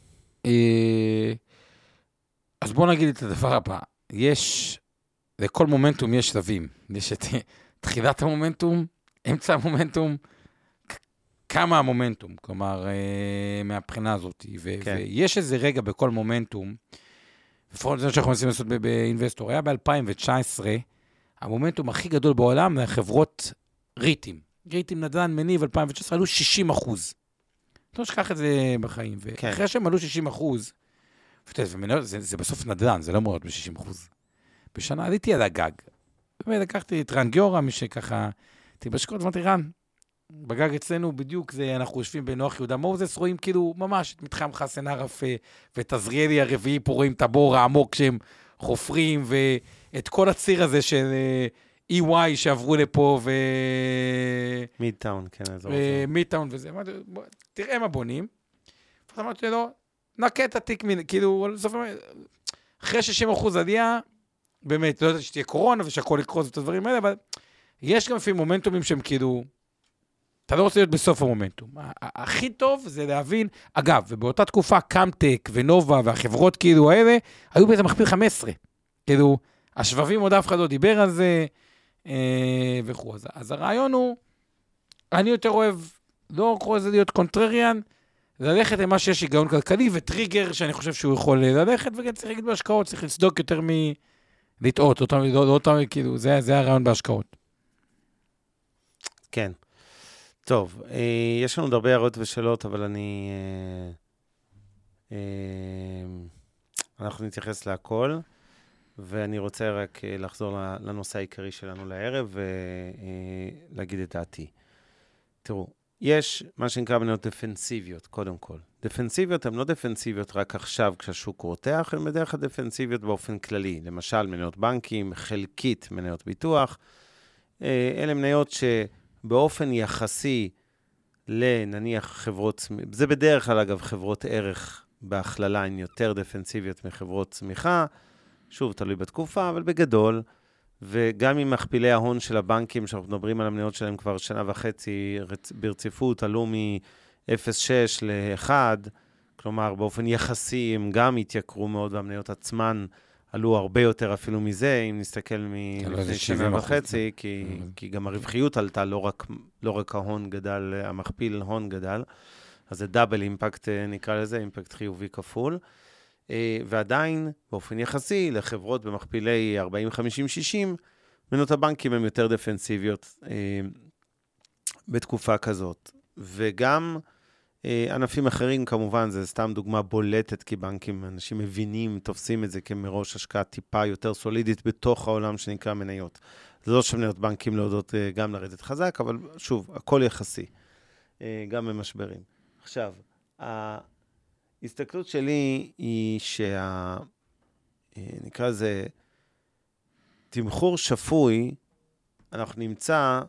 אז בוא נגיד את הדבר הבא. יש, לכל מומנטום יש שלבים. יש את תחילת המומנטום, אמצע המומנטום, כמה המומנטום, כלומר, מהבחינה הזאת. ויש איזה רגע בכל מומנטום, לפחות זה שאנחנו מנסים לעשות באינבסטור, היה ב-אלפיים תשע עשרה, המומנטום הכי גדול בעולם, החברות ריטים. ריטים נדל"ן מניב אלפיים ותשע עשרה עלו שישים אחוז. לא שכח את זה בחיים. ואחרי שהם עלו שישים אחוז, זה, זה בסוף נדל"ן, זה לא מאוד ב-שישים אחוז. בשנה עליתי על הגג. ולקחתי את רן גיורא, מי שככה, תיבשקות, אמרתי, רן, בגג אצלנו בדיוק זה, אנחנו יושבים בנוח יהודה מוזס, רואים כאילו ממש את מתחם חסן ערף ואת עזריאלי הרביעי, פה רואים את הבור העמוק שהם חופרים, ואת כל הציר הזה של אי וואי שעברו לפה, ו... מידטאון, כן, אזור. מידטאון וזה. אמרתי, תראה מה בונים. אמרתי לו, נקה את התיק, כאילו, אחרי שישים אחוז עלייה, באמת, לא יודעת שתהיה קורונה ושהכל יקרוס את הדברים האלה, אבל יש גם לפעמים מומנטומים שהם כאילו, אתה לא רוצה להיות בסוף המומנטום. הכי טוב זה להבין, אגב, ובאותה תקופה קאמטק ונובה והחברות כאילו האלה, היו באיזה מכפיל חמש עשרה. כאילו, השבבים עוד אף אחד לא דיבר על זה, אה, וכו'. אז, אז הרעיון הוא, אני יותר אוהב, לא קורא לזה להיות קונטרריאן, ללכת למה שיש היגיון כלכלי, וטריגר שאני חושב שהוא יכול ללכת, וגם צריך להגיד בהשקעות, צריך לצדוק יותר מלטעות, לא, לא, לא, לא, כאילו, זה, זה הרעיון בהשקעות. כן. טוב, אה, יש לנו הרבה הערות ושאלות, אבל אני... אה, אה, אנחנו נתייחס להכל, ואני רוצה רק אה, לחזור לנושא העיקרי שלנו לערב, ולהגיד אה, את דעתי. תראו, יש מה שנקרא מניות דפנסיביות, קודם כל. דפנסיביות הן לא דפנסיביות רק עכשיו כשהשוק רותח, הן בדרך כלל דפנסיביות באופן כללי. למשל, מניות בנקים, חלקית מניות ביטוח. אה, אלה מניות ש... באופן יחסי לנניח חברות, זה בדרך כלל אגב חברות ערך בהכללה הן יותר דפנסיביות מחברות צמיחה, שוב תלוי בתקופה, אבל בגדול, וגם עם מכפילי ההון של הבנקים, שאנחנו מדברים על המניות שלהם כבר שנה וחצי ברציפות, עלו מ-אפס נקודה שש ל-אחד, כלומר באופן יחסי הם גם התייקרו מאוד, והמניות עצמן עלו הרבה יותר אפילו מזה, אם נסתכל מלפני שנה וחצי, כי, כי גם הרווחיות עלתה, לא רק, לא רק ההון גדל, המכפיל הון גדל, אז זה דאבל אימפקט, נקרא לזה, אימפקט חיובי כפול, ועדיין, באופן יחסי, לחברות במכפילי ארבעים, חמישים, שישים, מניות הבנקים הן יותר דפנסיביות בתקופה כזאת. וגם ענפים אחרים, כמובן, זה סתם דוגמה בולטת, כי בנקים, אנשים מבינים, תופסים את זה כמראש השקעה טיפה יותר סולידית בתוך העולם שנקרא מניות. זה לא שמניות בנקים לא יודעות גם לרדת חזק, אבל שוב, הכל יחסי, גם במשברים. עכשיו, ההסתכלות שלי היא שה... נקרא לזה, תמחור שפוי, אנחנו נמצא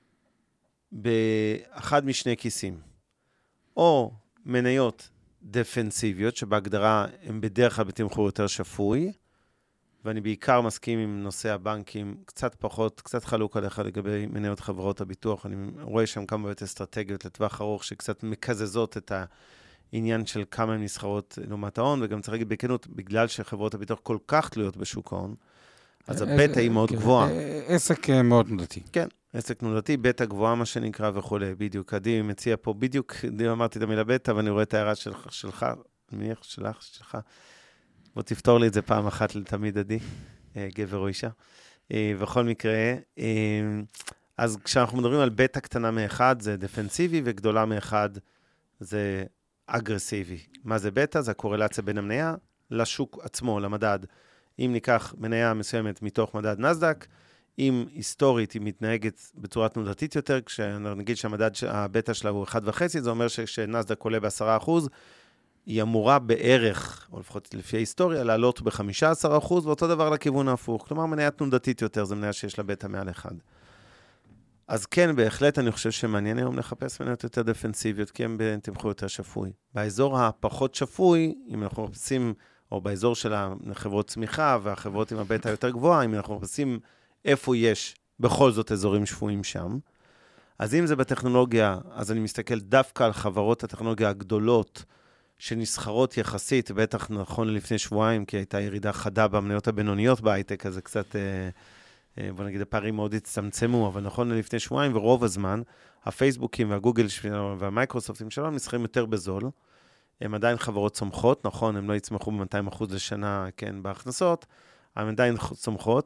באחד משני כיסים. או מניות דפנסיביות, שבהגדרה הם בדרך כלל בתמחור יותר שפוי, ואני בעיקר מסכים עם נושא הבנקים, קצת פחות, קצת חלוק עליך לגבי מניות חברות הביטוח, אני רואה שם כמה באמת אסטרטגיות לטווח ארוך, שקצת מקזזות את העניין של כמה הן נסחרות לעומת ההון, וגם צריך להגיד בכנות, בגלל שחברות הביטוח כל כך תלויות בשוק ההון, אז הבטא היא מאוד גבוהה. עסק מאוד נודתי. כן. עסק נודתי, בטא גבוהה מה שנקרא וכו', בדיוק. עדי מציע פה בדיוק, אמרתי את המילה בטא, ואני רואה את ההערה שלך, שלך, אני מניח שלך, שלך. בוא תפתור לי את זה פעם אחת לתמיד, עדי, גבר או אישה. בכל מקרה, אז כשאנחנו מדברים על בטא קטנה מאחד, זה דפנסיבי, וגדולה מאחד זה אגרסיבי. מה זה בטא? זה הקורלציה בין המניה לשוק עצמו, למדד. אם ניקח מניה מסוימת מתוך מדד נסדק, אם היסטורית היא מתנהגת בצורה תנודתית יותר, כשנגיד שהמדד, הבטא שלה הוא אחד וחצי, זה אומר שכשנסדק עולה ב-עשרה אחוז, היא אמורה בערך, או לפחות לפי ההיסטוריה, לעלות ב-חמישה עשר אחוז, ואותו דבר לכיוון ההפוך. כלומר, מניה תנודתית יותר, זה מניה שיש לה בטא מעל אחד. אז כן, בהחלט אני חושב שמעניין היום לחפש מניות יותר דפנסיביות, כי הם בתמחור יותר שפוי. באזור הפחות שפוי, אם אנחנו מחפשים, או באזור של החברות צמיחה, והחברות עם הבטא יותר גבוהה, אם אנחנו מחפשים איפה יש בכל זאת אזורים שפויים שם. אז אם זה בטכנולוגיה, אז אני מסתכל דווקא על חברות הטכנולוגיה הגדולות, שנסחרות יחסית, בטח נכון לפני שבועיים, כי הייתה ירידה חדה במניות הבינוניות בהייטק, אז זה קצת, בוא נגיד, הפערים מאוד הצטמצמו, אבל נכון לפני שבועיים, ורוב הזמן, הפייסבוקים והגוגל והמייקרוסופטים שלנו נסחרים יותר בזול, הם עדיין חברות צומחות, נכון, הם לא יצמחו ב-מאתיים אחוז לשנה, כן, בהכנסות, הם עדיין צומחות,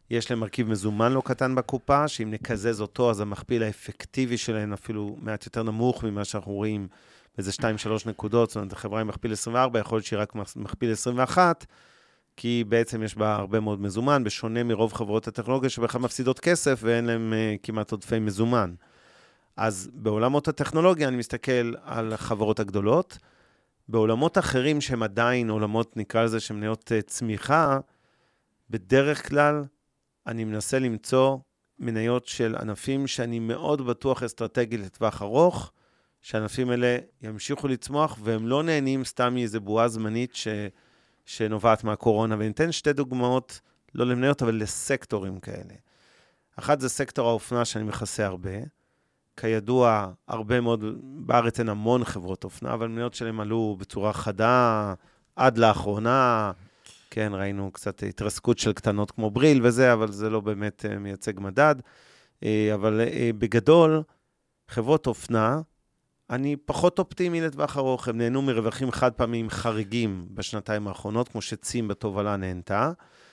יש להם מרכיב מזומן לא קטן בקופה, שאם נקזז אותו, אז המכפיל האפקטיבי שלהם אפילו מעט יותר נמוך ממה שאנחנו רואים באיזה שתיים שלוש נקודות, זאת אומרת, החברה עם מכפיל עשרים וארבע, יכול להיות שהיא רק מכפיל עשרים ואחת, כי בעצם יש בה הרבה מאוד מזומן, בשונה מרוב חברות הטכנולוגיה שבכלל מפסידות כסף, ואין להם uh, כמעט עודפי מזומן. אז בעולמות הטכנולוגיה אני מסתכל על החברות הגדולות, בעולמות אחרים שהם עדיין עולמות, נקרא לזה, שמניות uh, צמיחה, בדרך כלל אני מנסה למצוא מניות של ענפים שאני מאוד בטוח אסטרטגי לטווח ארוך, שהענפים האלה ימשיכו לצמוח, והם לא נהנים סתם מאיזו בועה זמנית ש... שנובעת מהקורונה, וניתן שתי דוגמאות, לא למניות, אבל לסקטורים כאלה. אחת זה סקטור האופנה שאני מכסה הרבה, כידוע, הרבה מאוד, בארץ אין המון חברות אופנה, אבל מניות שלהם עלו בצורה חדה, עד לאחרונה, כן, ראינו קצת התרסקות של קטנות כמו בריל וזה, אבל זה לא באמת מייצג מדד. אבל בגדול, חברות אופנה, אני פחות אופטימי לטווח ארוך, הם נהנו מרווחים חד פעמים חריגים בשנתיים האחרונות, כמו שצים בתובלה נהנתה.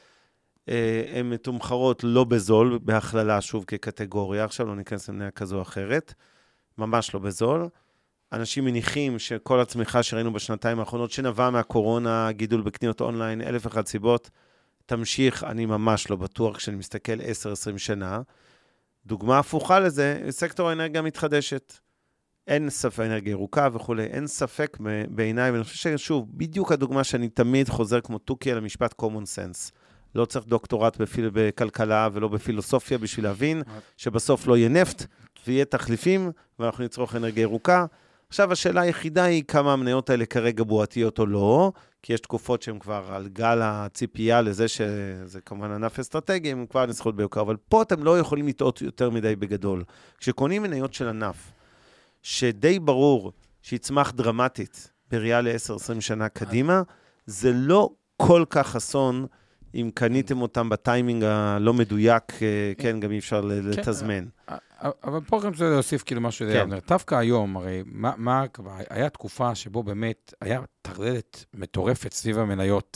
הן מתומחרות לא בזול, בהכללה שוב כקטגוריה, עכשיו לא ניכנס למניה כזו או אחרת, ממש לא בזול. אנשים מניחים שכל הצמיחה שראינו בשנתיים האחרונות, שנבע מהקורונה, גידול בקניות אונליין, אלף אחד סיבות, תמשיך, אני ממש לא בטוח כשאני מסתכל עשר עשרים שנה. דוגמה הפוכה לזה, סקטור האנרגיה מתחדשת. אין ספק, אנרגיה ירוקה וכו', אין ספק בעיניי, ואני חושב ששוב, בדיוק הדוגמה שאני תמיד חוזר כמו תוכי על המשפט common sense. לא צריך דוקטורט בפיל, בכלכלה ולא בפילוסופיה בשביל להבין שבסוף לא יהיה נפט ויהיה תחליפים, ואנחנו נצרוך אנרגיה ירוקה. עכשיו השאלה היחידה היא כמה המניות האלה כרגע בועתיות או לא, כי יש תקופות שהן כבר על גל הציפייה לזה שזה כמובן ענף אסטרטגי, הן כבר נסחרות ביוקר, אבל פה אתם לא יכולים לטעות יותר מדי בגדול. כשקונים מניות של ענף, שדי ברור שיצמח דרמטית בריאה ל-עשר עשרים שנה קדימה, זה לא כל כך אסון אם קניתם אותם בטיימינג הלא מדויק, כן, גם אי אפשר לתזמן. אבל פה גם צריך להוסיף כאילו משהו, דווקא היום, הרי מה היה תקופה שבו באמת היה טרללת מטורפת סביב המניות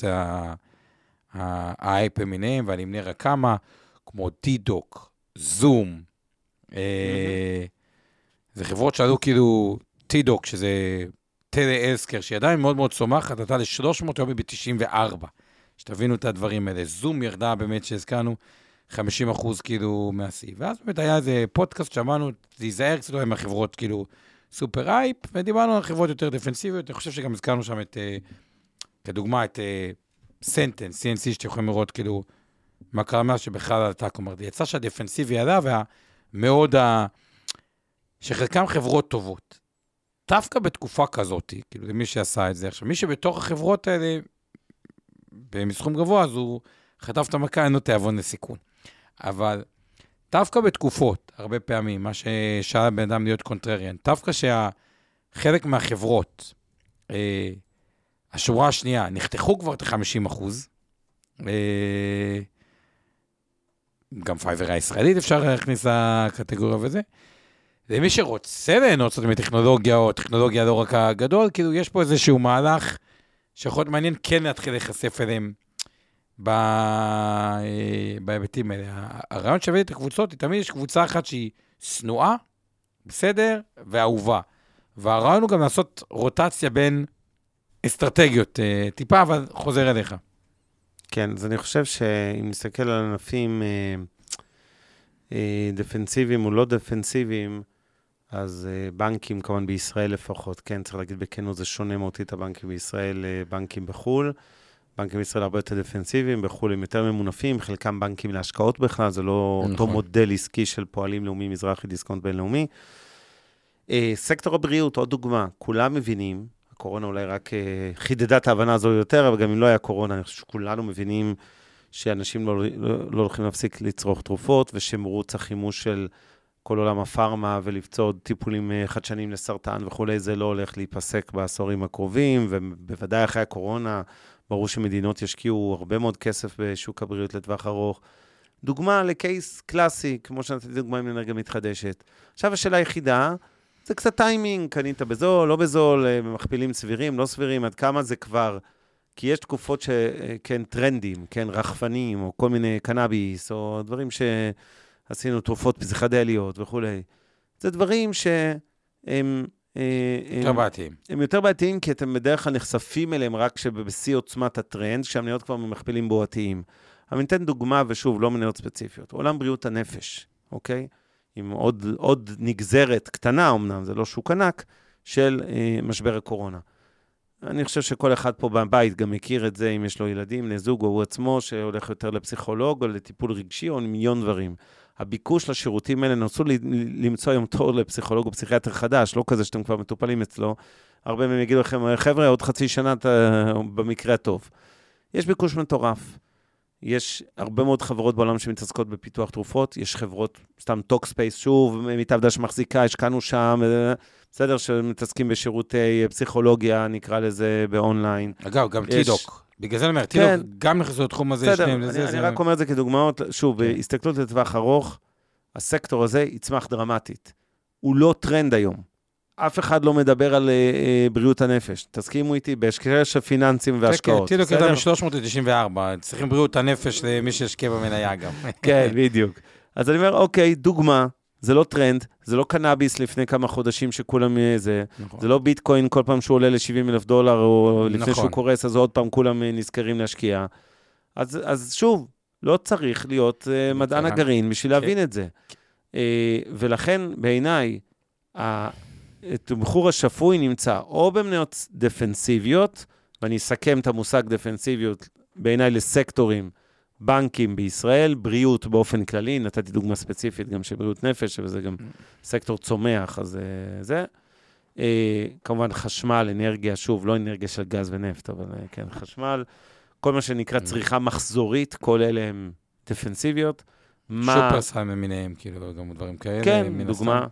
ה-אייפ מיניהם, ואני אמנה רק כמה, כמו דידוק, זום, זה חברות שעלו כאילו טידוק, שזה טלה אסקר, שהיא עדיין מאוד מאוד צומחת, עלתה ל-שלוש מאות יום ב-תשעים וארבע. שתבינו את הדברים האלה. זום ירדה באמת שהזכרנו חמישים אחוז כאילו מהשיא. ואז באמת היה איזה פודקאסט שאמרנו, להיזהר קצת עם החברות כאילו סופר אייפ, ודיברנו על חברות יותר דפנסיביות. אני חושב שגם הזכרנו שם את, כדוגמה, את סנטנס, סי אן סי, שאתם יכולים לראות כאילו מה קרה מאז שבכלל עלתה. כלומר, יצא שהדפנסיבי עלה, והמאוד ה... שחלקם חברות טובות. דווקא בתקופה כזאת, כאילו, למי שעשה את זה עכשיו, מי שבתוך החברות האלה, במסכום גבוה, אז הוא חטף את המכה, אין לו תיאבון לסיכון. אבל דווקא בתקופות, הרבה פעמים, מה ששאל בן אדם להיות קונטרריאן, דווקא שהחלק מהחברות, אה, השורה השנייה, נחתכו כבר את ה-חמישים אחוז, אה, גם פייבר הישראלית אפשר להכניס לקטגוריה וזה, למי שרוצה ליהנות קצת מטכנולוגיה, או טכנולוגיה לא רק הגדול, כאילו יש פה איזשהו מהלך שיכול להיות מעניין כן להתחיל להיחשף אליהם בהיבטים האלה. הרעיון שווה את הקבוצות, תמיד יש קבוצה אחת שהיא סנועה, בסדר, ואהובה. והרעיון הוא גם לעשות רוטציה בין אסטרטגיות טיפה, אבל חוזר אליך. כן, אז אני חושב שאם נסתכל על ענפים דפנסיביים או לא דפנסיביים, אז בנקים, כמובן בישראל לפחות, כן, צריך להגיד בכנות, זה שונה מהותית הבנקים בישראל, בנקים בחול. בנקים בישראל הרבה יותר דפנסיביים, בחול הם יותר ממונפים, חלקם בנקים להשקעות בכלל, זה לא נכון. אותו מודל עסקי של פועלים לאומי, מזרחי, דיסקונט בינלאומי. סקטור הבריאות, עוד דוגמה, כולם מבינים, הקורונה אולי רק חידדה את ההבנה הזו יותר, אבל גם אם לא היה קורונה, אני חושב שכולנו מבינים שאנשים לא, לא, לא הולכים להפסיק לצרוך תרופות, ושמרוץ החימוש של כל עולם הפארמה ולבצע עוד טיפולים חדשניים לסרטן וכולי, זה לא הולך להיפסק בעשורים הקרובים, ובוודאי אחרי הקורונה, ברור שמדינות ישקיעו הרבה מאוד כסף בשוק הבריאות לטווח ארוך. דוגמה לקייס קלאסי, כמו שנתתי דוגמה עם אנרגיה מתחדשת. עכשיו השאלה היחידה, זה קצת טיימינג, קנית בזול, לא בזול, במכפילים סבירים, לא סבירים, עד כמה זה כבר כי יש תקופות שכן טרנדים, כן רחפנים, או כל מיני קנאביס, או דברים שעשינו תרופות פסיכדליות וכולי. זה דברים שהם... יותר בעתיים. הם יותר בעתיים, כי אתם בדרך כלל נחשפים אליהם רק שבשיא עוצמת הטרנד, כשהמניות כבר ממכפילים בועתיים. אבל ניתן דוגמה, ושוב, לא מניות ספציפיות. עולם בריאות הנפש, אוקיי? עם עוד, עוד נגזרת קטנה, אמנם, זה לא שוק ענק, של אה, משבר הקורונה. אני חושב שכל אחד פה בבית גם מכיר את זה, אם יש לו ילדים, לזוג או הוא עצמו, שהולך יותר לפסיכולוג או לטיפול רגשי או מיליון דברים. הביקוש לשירותים האלה נוצאו למצוא היום תור לפסיכולוג או פסיכיאטר חדש, לא כזה שאתם כבר מטופלים אצלו. הרבה מהם יגידו לכם, חבר'ה, עוד חצי שנה אתה במקרה הטוב. יש ביקוש מטורף. יש הרבה מאוד חברות בעולם שמתעסקות בפיתוח תרופות, יש חברות, סתם טוקספייס, שוב, מתעבדה שמחזיקה, השקענו שם, בסדר, שמתעסקים בשירותי פסיכולוגיה, נקרא לזה באונליין. אגב, גם טידוק. בגלל זה אני אומר, טידוק, גם נכנסו לתחום הזה. בסדר, אני רק אומר את זה כדוגמאות, שוב, בהסתכלות לטווח ארוך, הסקטור הזה יצמח דרמטית. הוא לא טרנד היום. אף אחד לא מדבר על uh, בריאות הנפש. תסכימו איתי, בהשקעה של פיננסים והשקעות. טידוק יותר מ-שלוש מאות תשעים וארבע, צריכים בריאות הנפש למי שהשקיע במניה גם. כן, בדיוק. אז אני אומר, אוקיי, דוגמה, זה לא טרנד, זה לא קנאביס לפני כמה חודשים שכולם זה, זה לא ביטקוין כל פעם שהוא עולה ל-שבעים אלף דולר, או לפני שהוא קורס, אז עוד פעם כולם נזכרים להשקיע. אז, אז שוב, לא צריך להיות uh, מדען הגרעין בשביל להבין את זה. Uh, ולכן, בעיניי, התמחור השפוי נמצא או במניות דפנסיביות, ואני אסכם את המושג דפנסיביות בעיניי לסקטורים, בנקים בישראל, בריאות באופן כללי, נתתי דוגמה ספציפית גם של בריאות נפש, וזה גם סקטור צומח, אז זה. כמובן חשמל, אנרגיה, שוב, לא אנרגיה של גז ונפט, אבל כן, חשמל, כל מה שנקרא צריכה מחזורית, כל אלה הם דפנסיביות. שופרסל ממיניהם, כאילו, גם דברים כאלה. כן, דוגמה.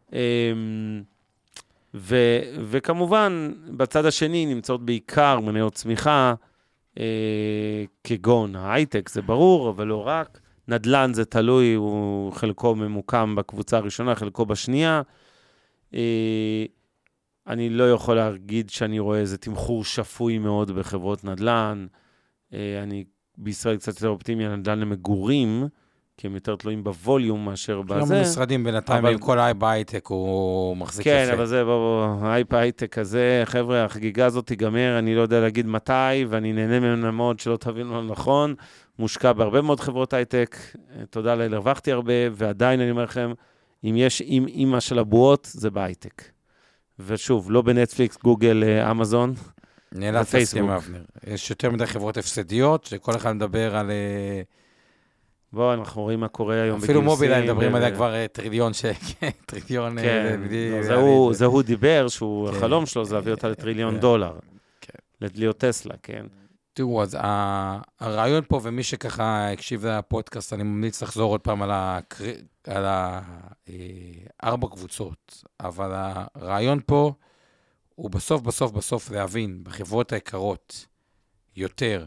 ו, וכמובן, בצד השני נמצאות בעיקר מניות צמיחה, אה, כגון ההייטק, זה ברור, אבל לא רק. נדל"ן זה תלוי, הוא חלקו ממוקם בקבוצה הראשונה, חלקו בשנייה. אה, אני לא יכול להגיד שאני רואה איזה תמחור שפוי מאוד בחברות נדל"ן. אה, אני בישראל קצת יותר אופטימי על נדל"ן למגורים, כי הם יותר תלויים בווליום מאשר בזה. גם משרדים בינתיים, עם כל האייפ הייטק הוא מחזיק יפה. כן, אבל זה, האייפ הייטק הזה, חבר'ה, החגיגה הזאת תיגמר, אני לא יודע להגיד מתי, ואני נהנה ממנה מאוד שלא תבינו לא נכון, מושקע בהרבה מאוד חברות הייטק, תודה לאל, הרווחתי הרבה, ועדיין אני אומר לכם, אם יש אימא של הבועות, זה בהייטק. ושוב, לא בנטפליקס, גוגל, אמזון, נאלץ להסכים אבנר. יש יותר מדי חברות הפסדיות, שכל אחד מדבר על... בואו, אנחנו רואים מה קורה היום בגיוסים. אפילו מובילאיי מדברים עליה כבר טריליון שקל, טריליון... כן, זה הוא דיבר, שהוא החלום שלו, זה להביא אותה לטריליון דולר. להיות טסלה, כן. תראו, אז הרעיון פה, ומי שככה הקשיב לפודקאסט, אני ממליץ לחזור עוד פעם על ארבע קבוצות, אבל הרעיון פה הוא בסוף, בסוף, בסוף להבין, בחברות היקרות יותר,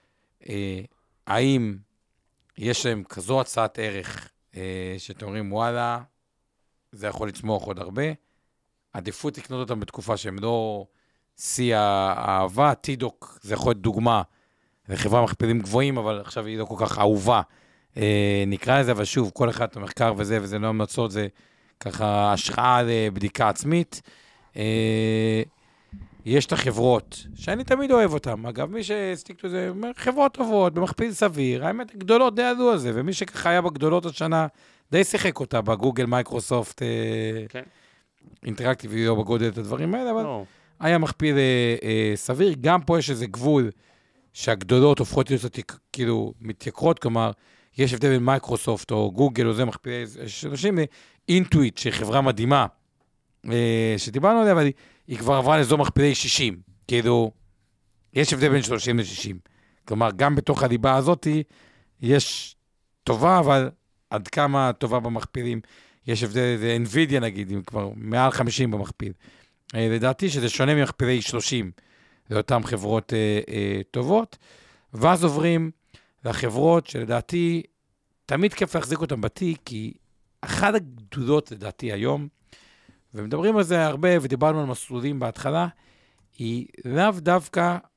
האם יש להם כזו הצעת ערך, שאתם אומרים, וואלה, זה יכול לצמוח עוד הרבה, עדיפות לקנות אותם בתקופה שהם לא... שיא האהבה, טידוק, זה יכול להיות דוגמה, זה חברה מכפילים גבוהים, אבל עכשיו היא לא כל כך אהובה, אה, נקרא לזה, אבל שוב, כל אחד את המחקר וזה, וזה לא המלצות, זה ככה השראה לבדיקה עצמית. אה, יש את החברות, שאני תמיד אוהב אותן, אגב, מי שהסתיקטו את זה, חברות טובות, במכפיל סביר, האמת, גדולות די עדו על זה, ומי שככה היה בגדולות השנה, די שיחק אותה בגוגל, מייקרוסופט, אה, כן. אינטראקטיבי, או בגודל את הדברים האלה, אבל... No. היה מכפיל אה, אה, סביר, גם פה יש איזה גבול שהגדולות הופכות להיות כאילו מתייקרות, כלומר, יש הבדל בין מייקרוסופט או גוגל או זה מכפילי אנשים, אינטואיט, שהיא חברה מדהימה, אה, שדיברנו עליה, אבל היא, היא כבר עברה לזו מכפילי שישים, כאילו, יש הבדל בין שלושים ל-שישים, כלומר, גם בתוך הליבה הזאת יש טובה, אבל עד כמה טובה במכפילים, יש הבדל, זה NVIDIA נגיד, עם כבר מעל חמישים במכפיל, לדעתי שזה שונה ממכפילי שלושים, לאותן חברות אה, אה, טובות, ואז עוברים לחברות שלדעתי, תמיד כיף להחזיק אותן בתיק, כי אחת הגדולות לדעתי היום, ומדברים על זה הרבה, ודיברנו על מסלולים בהתחלה, היא לאו דווקא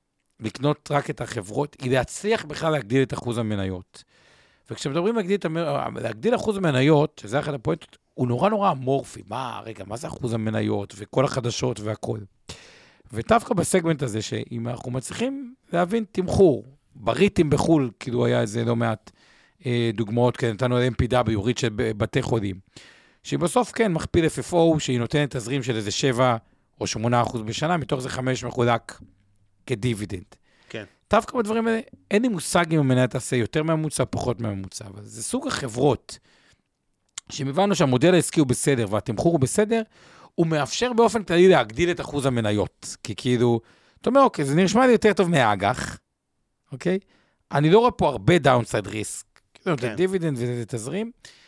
לקנות רק את החברות, היא להצליח בכלל להגדיל את אחוז המניות. וכשמדברים להגדיל, להגדיל אחוז המניות, שזה אחד הפואנטות, הוא נורא נורא אמורפי. מה, רגע, מה זה אחוז המניות וכל החדשות והכל? ודווקא בסגמנט הזה, שאם אנחנו מצליחים להבין תמחור, בריטים בחול, כאילו היה איזה לא מעט אה, דוגמאות, כי נתנו על אם פי דאבליו, ריט של בתי חולים, שבסוף כן מכפיל אף אף או, שהיא נותנת תזרים של איזה שבע או שמונה אחוז בשנה, מתוך זה חמש מחולק כדיבידנד. כן. דווקא בדברים האלה, אין לי מושג אם המניה תעשה יותר מהממוצע, פחות מהממוצע, אבל זה סוג החברות, שאם הבנו שהמודל העסקי הוא בסדר, והתמחור הוא בסדר, הוא מאפשר באופן כללי להגדיל את אחוז המניות. כי כאילו, אתה אומר, אוקיי, זה נשמע לי יותר טוב מהאג"ח, אוקיי? אני לא רואה פה הרבה דאונסייד ריסק, כאילו, זה דיבידנד וזה תזרים,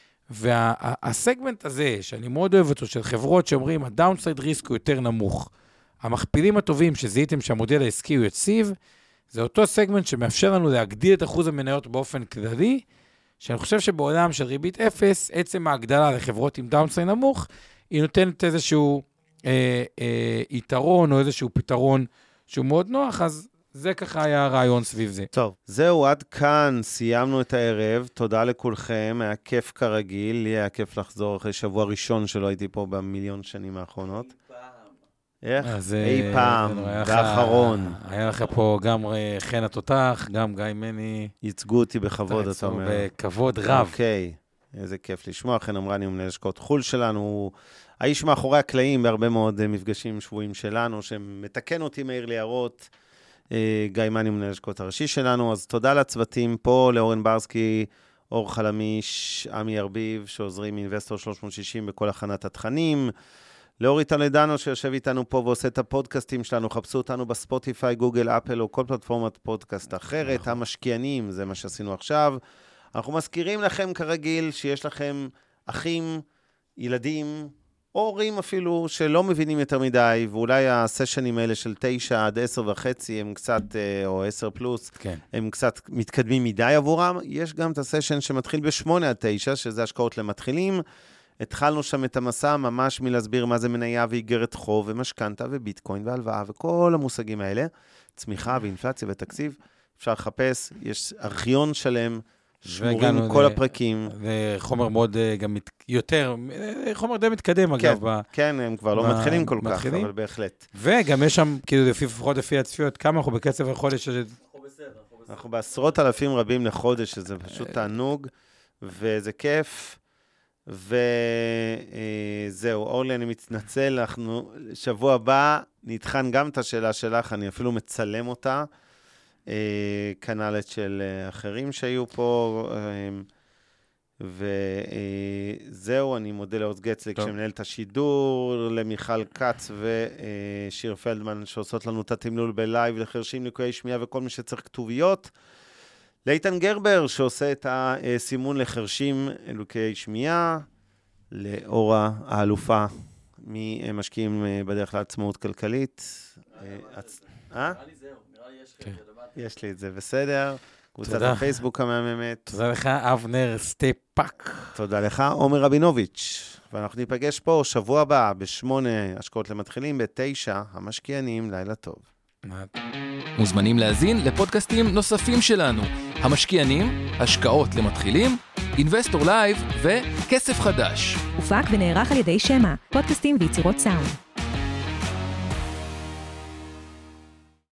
והסגמנט הזה, שאני מאוד אוהב אותו, של חברות שאומרים, הדאונסייד ריסק הוא יותר נמוך. המכפילים הטובים שזיהיתם שהמודל העסקי הוא יציב, זה אותו סגמנט שמאפשר לנו להגדיל את אחוז המניות באופן כללי, שאני חושב שבעולם של ריבית אפס, עצם ההגדלה לחברות עם דאונסייד נמוך, היא נותנת איזשהו אה, אה, יתרון או איזשהו פתרון שהוא מאוד נוח, אז זה ככה היה הרעיון סביב זה. טוב, זהו, עד כאן סיימנו את הערב. תודה לכולכם, היה כיף כרגיל. לי היה כיף לחזור אחרי שבוע ראשון שלא הייתי פה במיליון שנים האחרונות. איך? אי פעם, באחרון. היה לך פה גם חן התותח, גם גיא מני. ייצגו אותי בכבוד, אתה אומר. בכבוד רב. אוקיי, איזה כיף לשמוע. חן אמרני, מנהל השקעות חול שלנו, האיש מאחורי הקלעים בהרבה מאוד מפגשים שבועים שלנו, שמתקן אותי, מעיר לי הערות. גיא מני, מנהל השקעות הראשי שלנו. אז תודה לצוותים פה, לאורן ברסקי, אור חלמיש, עמי ארביב, שעוזרים מאינבסטור שלוש מאות שישים בכל הכנת התכנים. לאורי טלדנו שיושב איתנו פה ועושה את הפודקאסטים שלנו, חפשו אותנו בספוטיפיי, גוגל, אפל או כל פלטפורמת פודקאסט אחרת, המשקיענים, זה מה שעשינו עכשיו. אנחנו מזכירים לכם כרגיל שיש לכם אחים, ילדים, הורים אפילו, שלא מבינים יותר מדי, ואולי הסשנים האלה של תשע עד עשר וחצי הם קצת, או עשר פלוס, כן. הם קצת מתקדמים מדי עבורם. יש גם את הסשן שמתחיל בשמונה עד תשע, שזה השקעות למתחילים. התחלנו שם את המסע ממש מלהסביר מה זה מניה ואיגרת חוב ומשכנתה וביטקוין והלוואה וכל המושגים האלה, צמיחה ואינפלציה ותקציב, אפשר לחפש, יש ארכיון שלם, שמורים כל הפרקים. זה חומר מאוד גם יותר, חומר די מתקדם אגב. כן, הם כבר לא מתחילים כל כך, אבל בהחלט. וגם יש שם, כאילו לפחות לפי הצפיות, כמה אנחנו בקצב החודש? אנחנו בעשרות אלפים רבים לחודש, שזה פשוט תענוג, וזה כיף. וזהו, אורלי, אני מתנצל, אנחנו שבוע הבא נתחן גם את השאלה שלך, אני אפילו מצלם אותה, קנלת של אחרים שהיו פה, וזהו, אני מודה לעוז גצליק שמנהל את השידור, למיכל קץ ושיר פלדמן שעושות לנו את התמלול בלייב, לחרשים, ליקויי שמיעה וכל מי שצריך כתוביות, לאיתן גרבר, שעושה את הסימון לחרשים לוקי שמיעה, לאורה האלופה, ממשקיעים בדרך לעצמאות כלכלית. אה? נראה לי זהו, נראה לי יש לי. יש לי את זה, בסדר. קבוצת הפייסבוק המהממת. תודה לך, אבנר סטפאק. תודה לך, עומר רבינוביץ'. ואנחנו ניפגש פה שבוע הבא, בשמונה השקעות למתחילים, בתשע המשקיענים, לילה טוב. מוזמנים להזין לפודקאסטים נוספים שלנו, המשקיענים, השקעות למתחילים, אינבסטור לייב וכסף חדש. הופק ונערך על ידי שמה, פודקאסטים ויצירות סאונד.